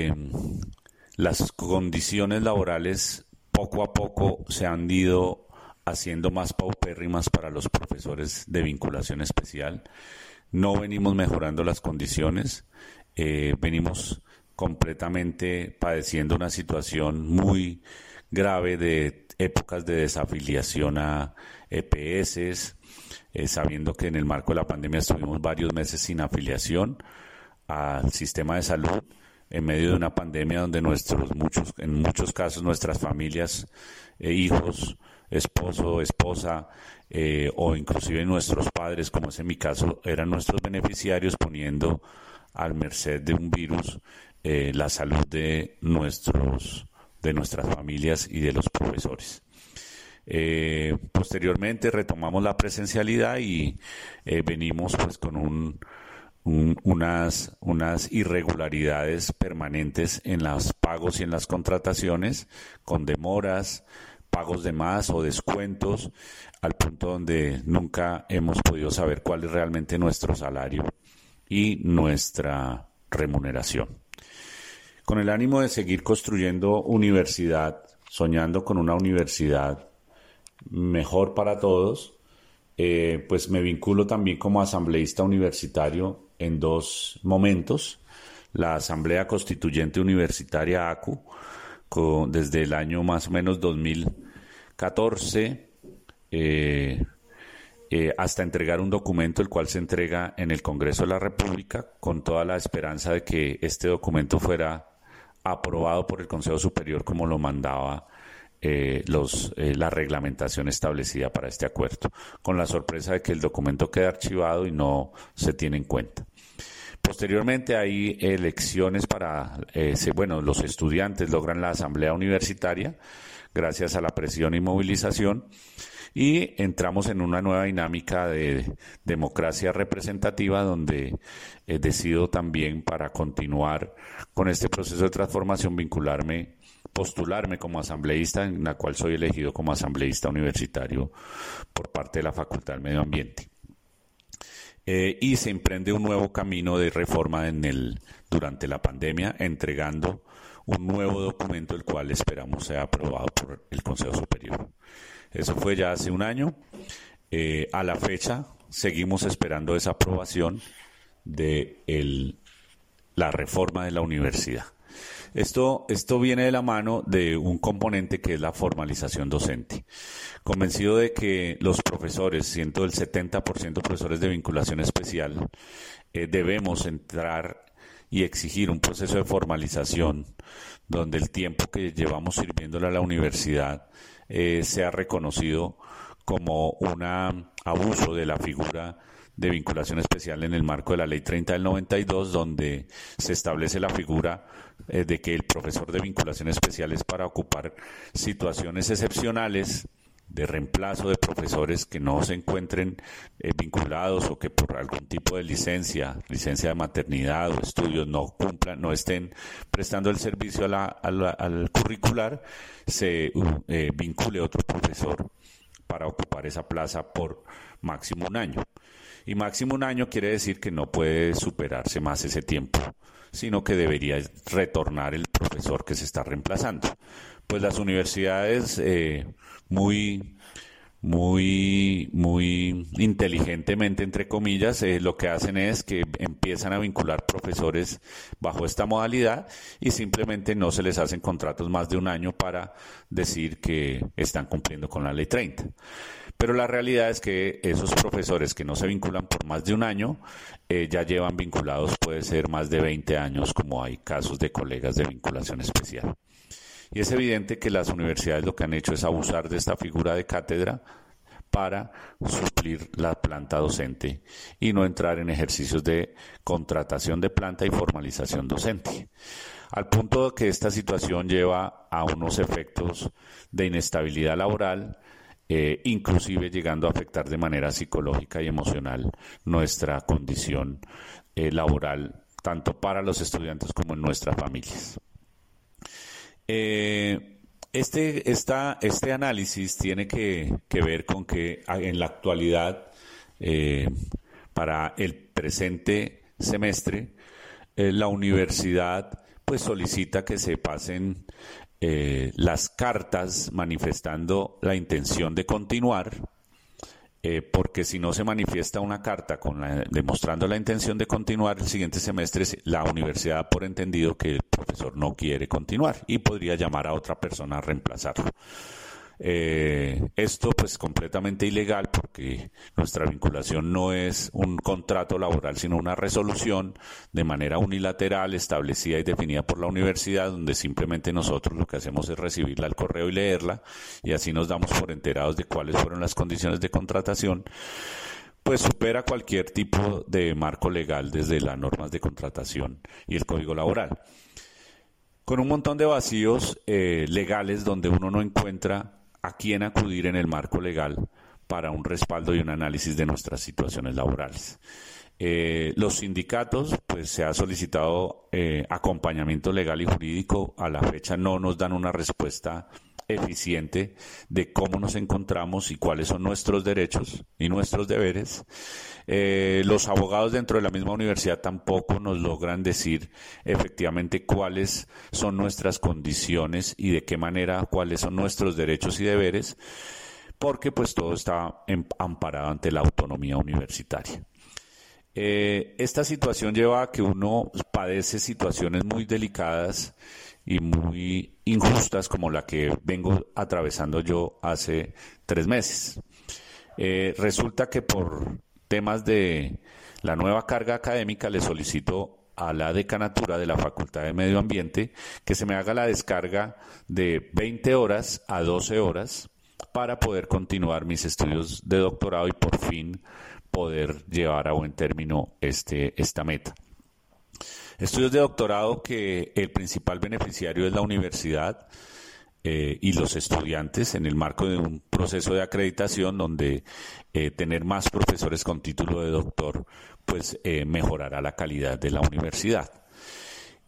las condiciones laborales poco a poco se han ido haciendo más paupérrimas para los profesores de vinculación especial. No venimos mejorando las condiciones, venimos completamente padeciendo una situación muy grave de épocas de desafiliación a EPS, sabiendo que en el marco de la pandemia estuvimos varios meses sin afiliación al sistema de salud, en medio de una pandemia donde en muchos casos nuestras familias, hijos, esposo, esposa, o inclusive nuestros padres, como es en mi caso, eran nuestros beneficiarios, poniendo al merced de un virus la salud de nuestras familias y de los profesores. Posteriormente retomamos la presencialidad y venimos pues con unas irregularidades permanentes en los pagos y en las contrataciones, con demoras, pagos de más o descuentos, al punto donde nunca hemos podido saber cuál es realmente nuestro salario y nuestra remuneración. Con el ánimo de seguir construyendo universidad, soñando con una universidad mejor para todos, pues me vinculo también como asambleísta universitario en 2 momentos. La Asamblea Constituyente Universitaria ACU, desde el año más o menos 2014, hasta entregar un documento, el cual se entrega en el Congreso de la República, con toda la esperanza de que este documento fuera aprobado por el Consejo Superior como lo mandaba la reglamentación establecida para este acuerdo, con la sorpresa de que el documento queda archivado y no se tiene en cuenta. Posteriormente hay elecciones los estudiantes logran la asamblea universitaria gracias a la presión y movilización, y entramos en una nueva dinámica de democracia representativa, donde decido también, para continuar con este proceso de transformación, vincularme postularme como asambleísta, en la cual soy elegido como asambleísta universitario por parte de la Facultad del Medio Ambiente. Y se emprende un nuevo camino de reforma durante la pandemia, entregando un nuevo documento, el cual esperamos sea aprobado por el Consejo Superior. Eso fue ya hace un año. A la fecha seguimos esperando esa aprobación de la reforma de la universidad. Esto viene de la mano de un componente que es la formalización docente. Convencido de que los profesores, siendo el 70% profesores de vinculación especial, debemos entrar y exigir un proceso de formalización donde el tiempo que llevamos sirviéndole a la universidad sea reconocido como un abuso de la figura de vinculación especial en el marco de la Ley 30 del 92, donde se establece la figura de que el profesor de vinculación especial es para ocupar situaciones excepcionales de reemplazo de profesores que no se encuentren vinculados o que por algún tipo de licencia de maternidad o estudios no estén prestando el servicio al curricular, se vincule otro profesor para ocupar esa plaza por máximo un año. Y máximo un año quiere decir que no puede superarse más ese tiempo, sino que debería retornar el profesor que se está reemplazando. Pues las universidades muy inteligentemente, entre comillas, lo que hacen es que empiezan a vincular profesores bajo esta modalidad y simplemente no se les hacen contratos más de un año para decir que están cumpliendo con la Ley 30. Pero la realidad es que esos profesores que no se vinculan por más de un año ya llevan vinculados, puede ser más de 20 años, como hay casos de colegas de vinculación especial. Y es evidente que las universidades lo que han hecho es abusar de esta figura de cátedra para suplir la planta docente y no entrar en ejercicios de contratación de planta y formalización docente. Al punto que esta situación lleva a unos efectos de inestabilidad laboral, inclusive llegando a afectar de manera psicológica y emocional nuestra condición laboral, tanto para los estudiantes como en nuestras familias. Este análisis tiene que ver con que en la actualidad, para el presente semestre, la universidad pues solicita que se pasen las cartas manifestando la intención de continuar, porque si no se manifiesta una carta demostrando la intención de continuar el siguiente semestre, la universidad da por entendido que el profesor no quiere continuar y podría llamar a otra persona a reemplazarlo. Esto pues completamente ilegal, porque nuestra vinculación no es un contrato laboral, sino una resolución de manera unilateral establecida y definida por la universidad, donde simplemente nosotros lo que hacemos es recibirla al correo y leerla, y así nos damos por enterados de cuáles fueron las condiciones de contratación. Pues supera cualquier tipo de marco legal, desde las normas de contratación y el Código Laboral, con un montón de vacíos legales donde uno no encuentra a quién acudir en el marco legal para un respaldo y un análisis de nuestras situaciones laborales. Los sindicatos, pues se ha solicitado acompañamiento legal y jurídico. A la fecha no nos dan una respuesta eficiente de cómo nos encontramos y cuáles son nuestros derechos y nuestros deberes. Los abogados dentro de la misma universidad tampoco nos logran decir efectivamente cuáles son nuestras condiciones y de qué manera, cuáles son nuestros derechos y deberes, porque pues todo está amparado ante la autonomía universitaria. Esta situación lleva a que uno padece situaciones muy delicadas y muy injustas, como la que vengo atravesando yo hace 3 meses. Resulta que por temas de la nueva carga académica le solicito a la decanatura de la Facultad de Medio Ambiente que se me haga la descarga de 20 horas a 12 horas para poder continuar mis estudios de doctorado y por fin poder llevar a buen término esta meta. Estudios de doctorado que el principal beneficiario es la universidad y los estudiantes, en el marco de un proceso de acreditación donde tener más profesores con título de doctor pues mejorará la calidad de la universidad.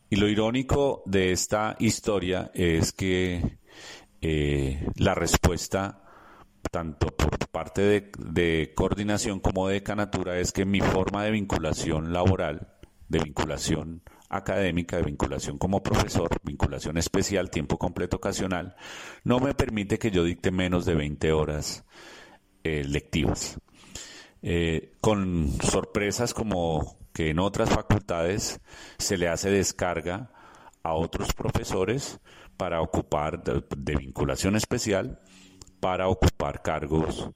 Y lo irónico de esta historia es que la respuesta, tanto por parte de coordinación como de decanatura, es que mi forma de vinculación laboral, de vinculación académica, de vinculación como profesor, vinculación especial, tiempo completo ocasional, no me permite que yo dicte menos de 20 horas lectivas. Con sorpresas como que en otras facultades se le hace descarga a otros profesores para ocupar de vinculación especial, para ocupar cargos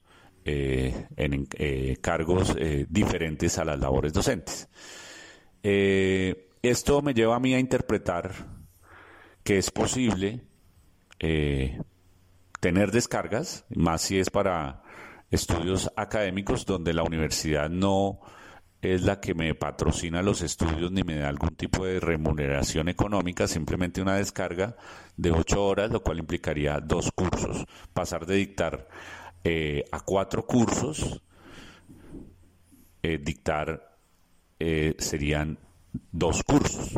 cargos diferentes a las labores docentes. Esto me lleva a mí a interpretar que es posible tener descargas, más si es para estudios académicos donde la universidad no es la que me patrocina los estudios ni me da algún tipo de remuneración económica, simplemente una descarga de 8 horas, lo cual implicaría 2 cursos. Pasar de dictar a 4 cursos, dictar serían 2 cursos.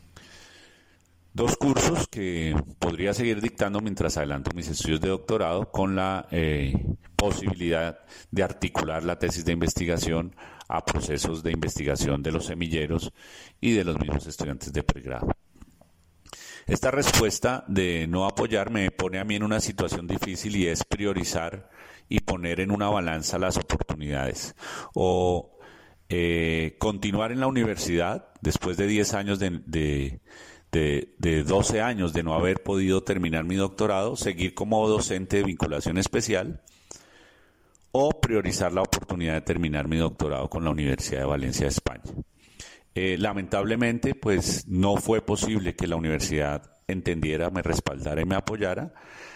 2 cursos que podría seguir dictando mientras adelanto mis estudios de doctorado, con la posibilidad de articular la tesis de investigación a procesos de investigación de los semilleros y de los mismos estudiantes de pregrado. Esta respuesta de no apoyar me pone a mí en una situación difícil, y es priorizar y poner en una balanza las oportunidades. O continuar en la universidad después de 10 años de 12 años de no haber podido terminar mi doctorado, seguir como docente de vinculación especial, o priorizar la oportunidad de terminar mi doctorado con la Universidad de Valencia de España. Lamentablemente, pues no fue posible que la universidad entendiera, me respaldara y me apoyara.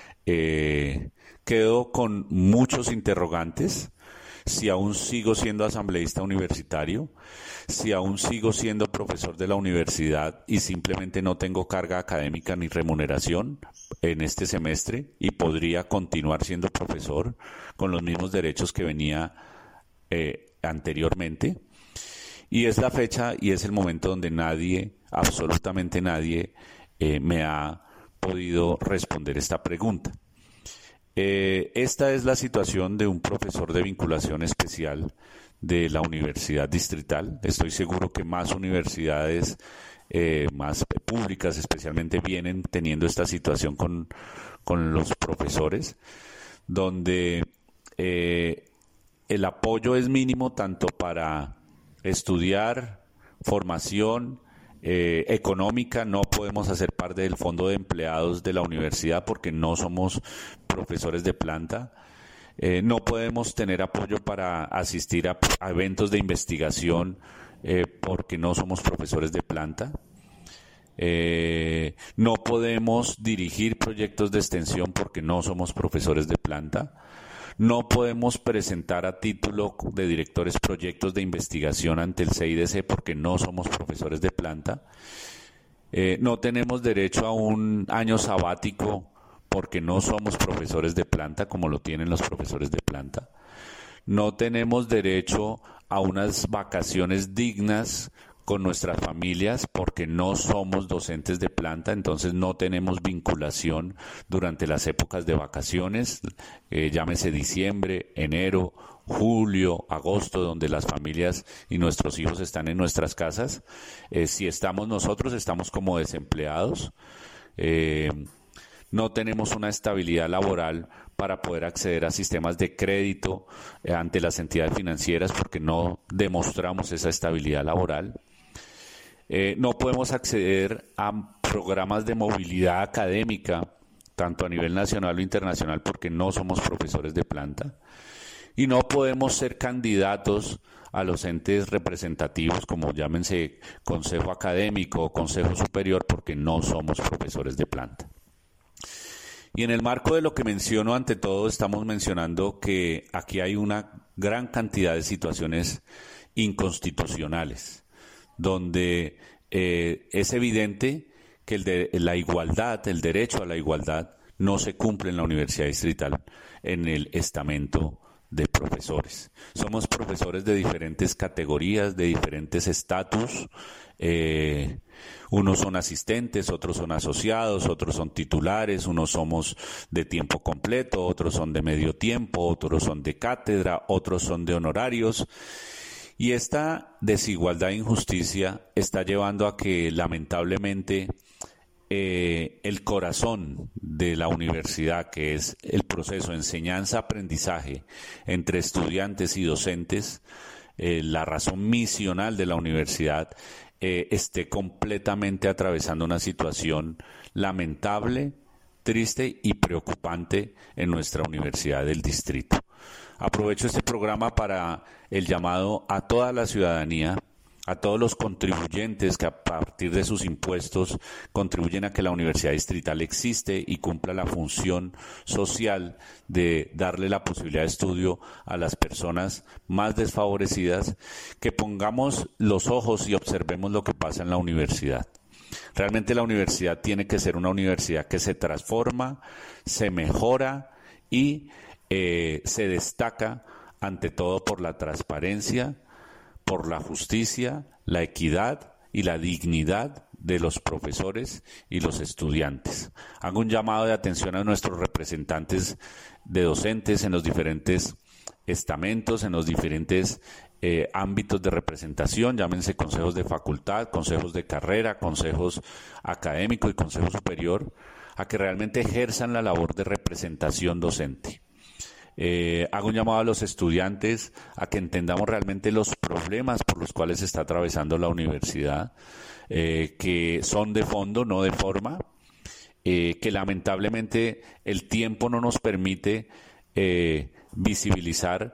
Quedo con muchos interrogantes: si aún sigo siendo asambleísta universitario, si aún sigo siendo profesor de la universidad y simplemente no tengo carga académica ni remuneración en este semestre, y podría continuar siendo profesor con los mismos derechos que venía anteriormente. Y es la fecha y es el momento donde nadie, absolutamente nadie, me ha podido responder esta pregunta. Esta es la situación de un profesor de vinculación especial de la Universidad Distrital. Estoy seguro que más universidades, más públicas especialmente, vienen teniendo esta situación con los profesores, donde el apoyo es mínimo tanto para estudiar, formación económica. No podemos hacer parte del fondo de empleados de la universidad porque no somos profesores de planta. No podemos tener apoyo para asistir a eventos de investigación porque no somos profesores de planta. No podemos dirigir proyectos de extensión porque no somos profesores de planta. No podemos presentar a título de directores proyectos de investigación ante el CIDC porque no somos profesores de planta. No tenemos derecho a un año sabático porque no somos profesores de planta, como lo tienen los profesores de planta. No tenemos derecho a unas vacaciones dignas con nuestras familias porque no somos docentes de planta, entonces no tenemos vinculación durante las épocas de vacaciones, llámese diciembre, enero, julio, agosto, donde las familias y nuestros hijos están en nuestras casas. Si estamos nosotros, estamos como desempleados. No tenemos una estabilidad laboral para poder acceder a sistemas de crédito ante las entidades financieras porque no demostramos esa estabilidad laboral. No podemos acceder a programas de movilidad académica, tanto a nivel nacional o internacional, porque no somos profesores de planta. Y no podemos ser candidatos a los entes representativos, como llámense Consejo Académico o Consejo Superior, porque no somos profesores de planta. Y en el marco de lo que menciono, ante todo, estamos mencionando que aquí hay una gran cantidad de situaciones inconstitucionales, donde es evidente que la igualdad, el derecho a la igualdad, no se cumple en la Universidad Distrital en el estamento de profesores. Somos profesores de diferentes categorías, de diferentes estatus. Unos son asistentes, otros son asociados, otros son titulares, unos somos de tiempo completo, otros son de medio tiempo, otros son de cátedra, otros son de honorarios. Y esta desigualdad e injusticia está llevando a que, lamentablemente, el corazón de la universidad, que es el proceso de enseñanza-aprendizaje entre estudiantes y docentes, la razón misional de la universidad, esté completamente atravesando una situación lamentable, triste y preocupante en nuestra Universidad del Distrito. Aprovecho este programa para el llamado a toda la ciudadanía, a todos los contribuyentes que a partir de sus impuestos contribuyen a que la Universidad Distrital existe y cumpla la función social de darle la posibilidad de estudio a las personas más desfavorecidas, que pongamos los ojos y observemos lo que pasa en la universidad. Realmente la universidad tiene que ser una universidad que se transforma, se mejora y se destaca ante todo por la transparencia, por la justicia, la equidad y la dignidad de los profesores y los estudiantes. Hago un llamado de atención a nuestros representantes de docentes en los diferentes estamentos, en los diferentes ámbitos de representación, llámense consejos de facultad, consejos de carrera, consejos académicos y consejo superior, a que realmente ejerzan la labor de representación docente. Hago un llamado a los estudiantes a que entendamos realmente los problemas por los cuales está atravesando la universidad, que son de fondo, no de forma, que lamentablemente el tiempo no nos permite visibilizar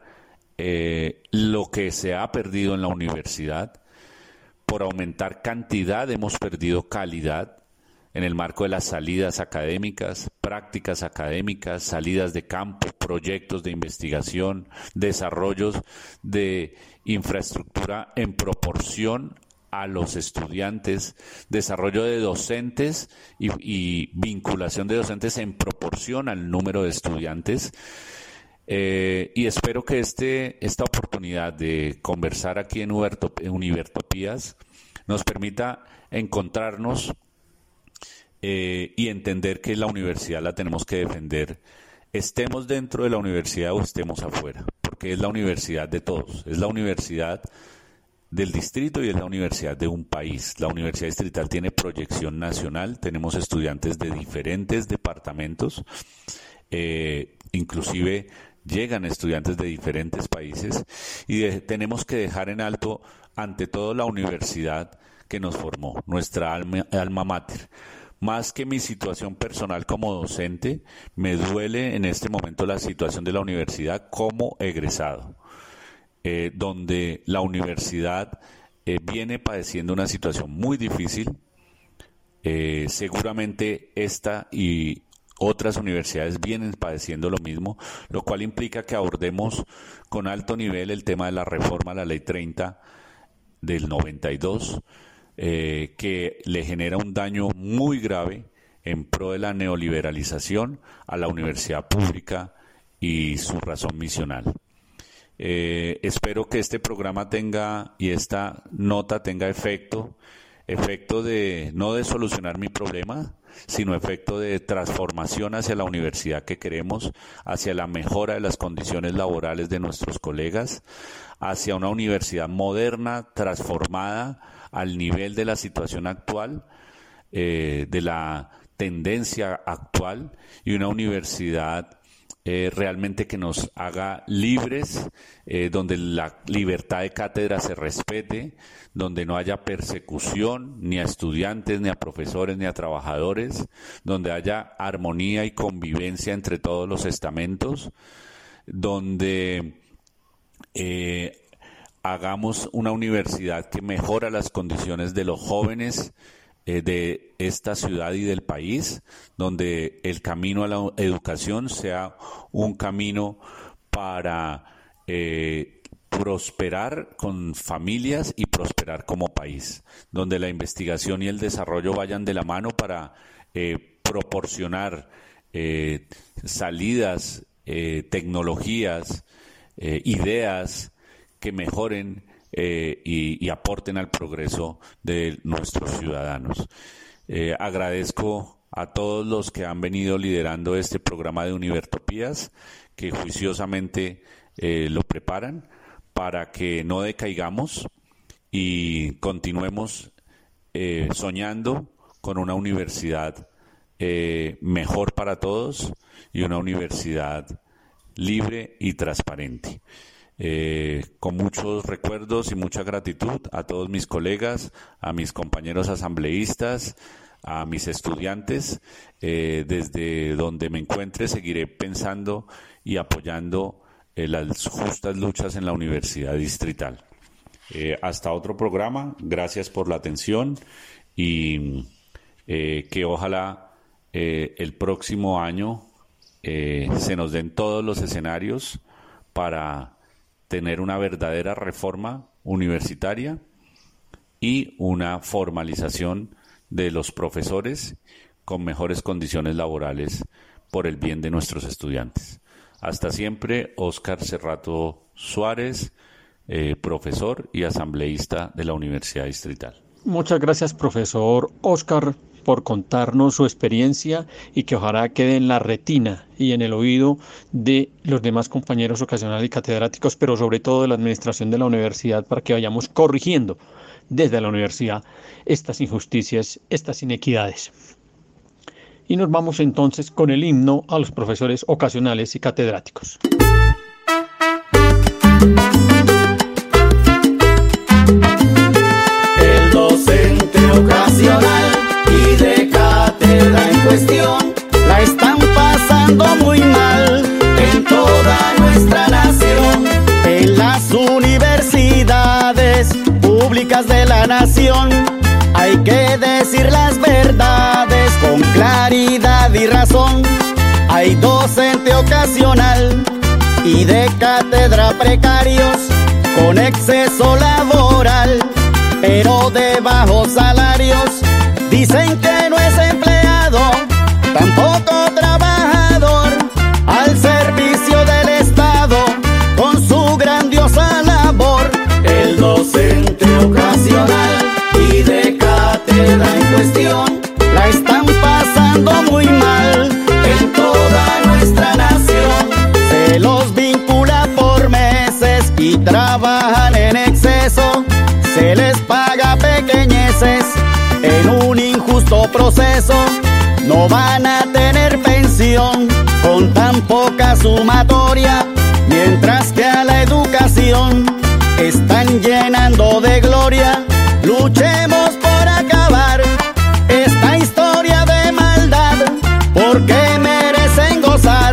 lo que se ha perdido en la universidad. Por aumentar cantidad hemos perdido calidad en el marco de las salidas académicas, prácticas académicas, salidas de campo, proyectos de investigación, desarrollos de infraestructura en proporción a los estudiantes, desarrollo de docentes y vinculación de docentes en proporción al número de estudiantes. Y espero que esta oportunidad de conversar aquí en Univertopías nos permita encontrarnos y entender que la universidad la tenemos que defender, estemos dentro de la universidad o estemos afuera, porque es la universidad de todos, es la universidad del distrito y es la universidad de un país. La Universidad Distrital tiene proyección nacional, tenemos estudiantes de diferentes departamentos, inclusive llegan estudiantes de diferentes países y tenemos que dejar en alto ante todo la universidad que nos formó, nuestra alma mater. Más que mi situación personal como docente, me duele en este momento la situación de la universidad como egresado, donde la universidad viene padeciendo una situación muy difícil. Seguramente esta y otras universidades vienen padeciendo lo mismo, lo cual implica que abordemos con alto nivel el tema de la reforma a la Ley 30 del 92, que le genera un daño muy grave en pro de la neoliberalización a la universidad pública y su razón misional. Espero que este programa tenga y esta nota tenga efecto de no de solucionar mi problema, sino efecto de transformación hacia la universidad que queremos, hacia la mejora de las condiciones laborales de nuestros colegas, hacia una universidad moderna, transformada al nivel de la situación actual, de la tendencia actual, y una universidad realmente que nos haga libres, donde la libertad de cátedra se respete, donde no haya persecución ni a estudiantes, ni a profesores, ni a trabajadores, donde haya armonía y convivencia entre todos los estamentos, donde hagamos una universidad que mejora las condiciones de los jóvenes de esta ciudad y del país, donde el camino a la educación sea un camino para prosperar con familias y prosperar como país, donde la investigación y el desarrollo vayan de la mano para proporcionar salidas, tecnologías, ideas que mejoren y aporten al progreso de nuestros ciudadanos. Agradezco a todos los que han venido liderando este programa de Univertopías, que juiciosamente lo preparan para que no decaigamos y continuemos soñando con una universidad mejor para todos y una universidad libre y transparente. Con muchos recuerdos y mucha gratitud a todos mis colegas, a mis compañeros asambleístas, a mis estudiantes. Desde donde me encuentre seguiré pensando y apoyando las justas luchas en la Universidad Distrital. Hasta otro programa, gracias por la atención y que ojalá el próximo año se nos den todos los escenarios para tener una verdadera reforma universitaria y una formalización de los profesores con mejores condiciones laborales por el bien de nuestros estudiantes. Hasta siempre, Óscar Cerrato Suárez, profesor y asambleísta de la Universidad Distrital. Muchas gracias, profesor Óscar, por contarnos su experiencia y que ojalá quede en la retina y en el oído de los demás compañeros ocasionales y catedráticos, pero sobre todo de la administración de la universidad, para que vayamos corrigiendo desde la universidad estas injusticias, estas inequidades. Y nos vamos entonces con el himno a los profesores ocasionales y catedráticos. El docente ocasional y de cátedra en cuestión la están pasando muy mal en toda nuestra nación. En las universidades públicas de la nación hay que decir las verdades con claridad y razón. Hay docente ocasional y de cátedra precarios con exceso laboral, pero de bajos salarios. Dicen que no es empleado, tampoco trabajador, al servicio del Estado con su grandiosa labor. El docente ocasional y de cátedra en cuestión la están pasando muy mal en toda nuestra nación. Se los vincula por meses y trabajan en exceso, se les paga pequeñeces en un injusto proceso. No van a tener pensión con tan poca sumatoria, mientras que a la educación están llenando de gloria. Luchemos por acabar esta historia de maldad, porque merecen gozar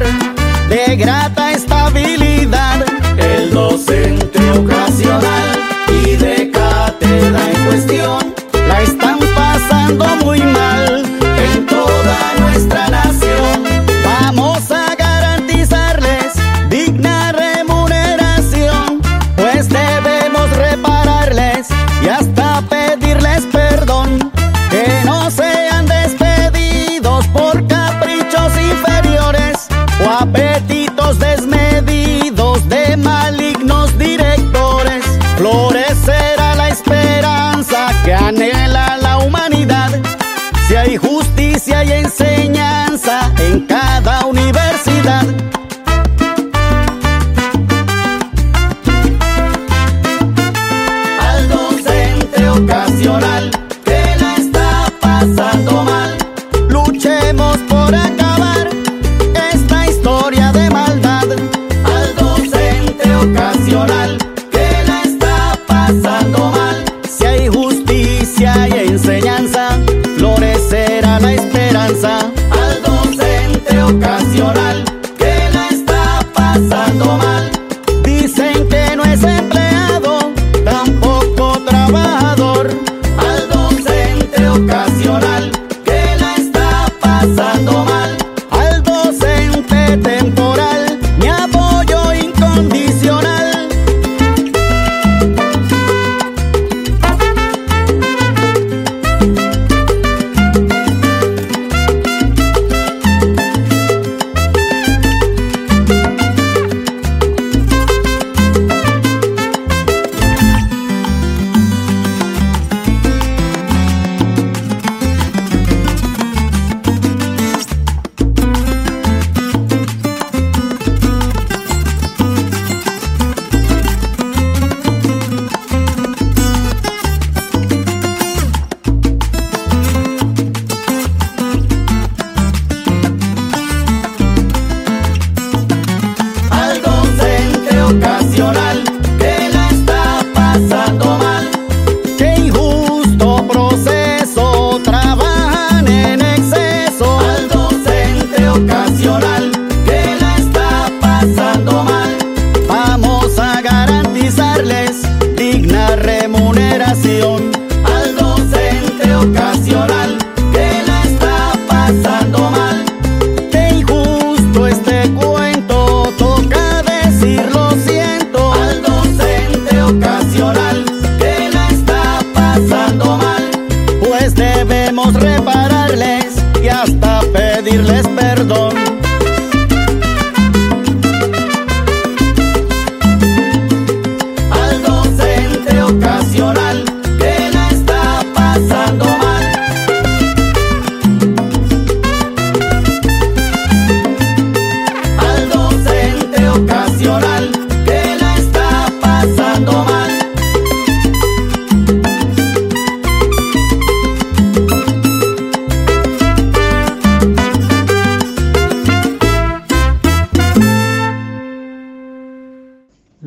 de grata estabilidad. El docente ocasional y de cátedra en cuestión la están pasando muy mal en toda nuestra nación. Vamos a garantizarles digna remuneración, pues debemos repararles y hasta pedirles perdón, que no sean despedidos por caprichos inferiores o apetitos desmedidos de malignos directores. Florecerá la esperanza que anhela la humanidad si hay justicia y enseñanza en cada universidad. Al docente ocasional que la está pasando mal, luchemos por acabar esta historia de maldad. Al docente ocasional que la está pasando mal, si hay justicia y enseñanza, florecerá la esperanza. Al docente ocasional que la está pasando mal, dicen que no es empleado, tampoco trabajador. Al docente ocasional que la está pasando mal, al docente temporal mi apoyo incondicional.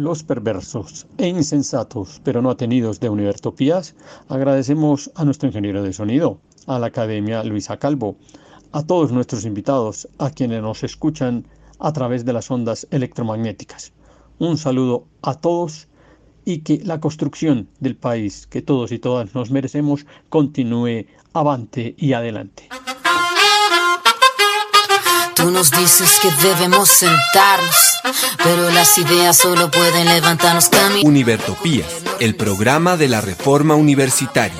Los perversos e insensatos, pero no atenidos de Univertopías, agradecemos a nuestro ingeniero de sonido, a la Academia Luisa Calvo, a todos nuestros invitados, a quienes nos escuchan a través de las ondas electromagnéticas. Un saludo a todos y que la construcción del país que todos y todas nos merecemos continúe avante y adelante. Tú nos dices que debemos sentarnos, pero las ideas solo pueden levantarnos. Univertopías, el programa de la reforma universitaria.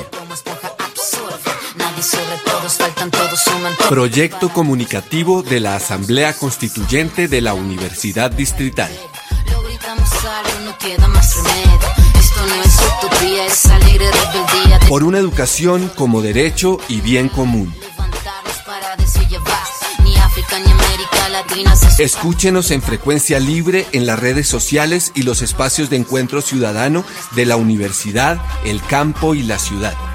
Proyecto comunicativo de la Asamblea Constituyente de la Universidad Distrital. Por una educación como derecho y bien común. Escúchenos en frecuencia libre en las redes sociales y los espacios de encuentro ciudadano de la universidad, el campo y la ciudad.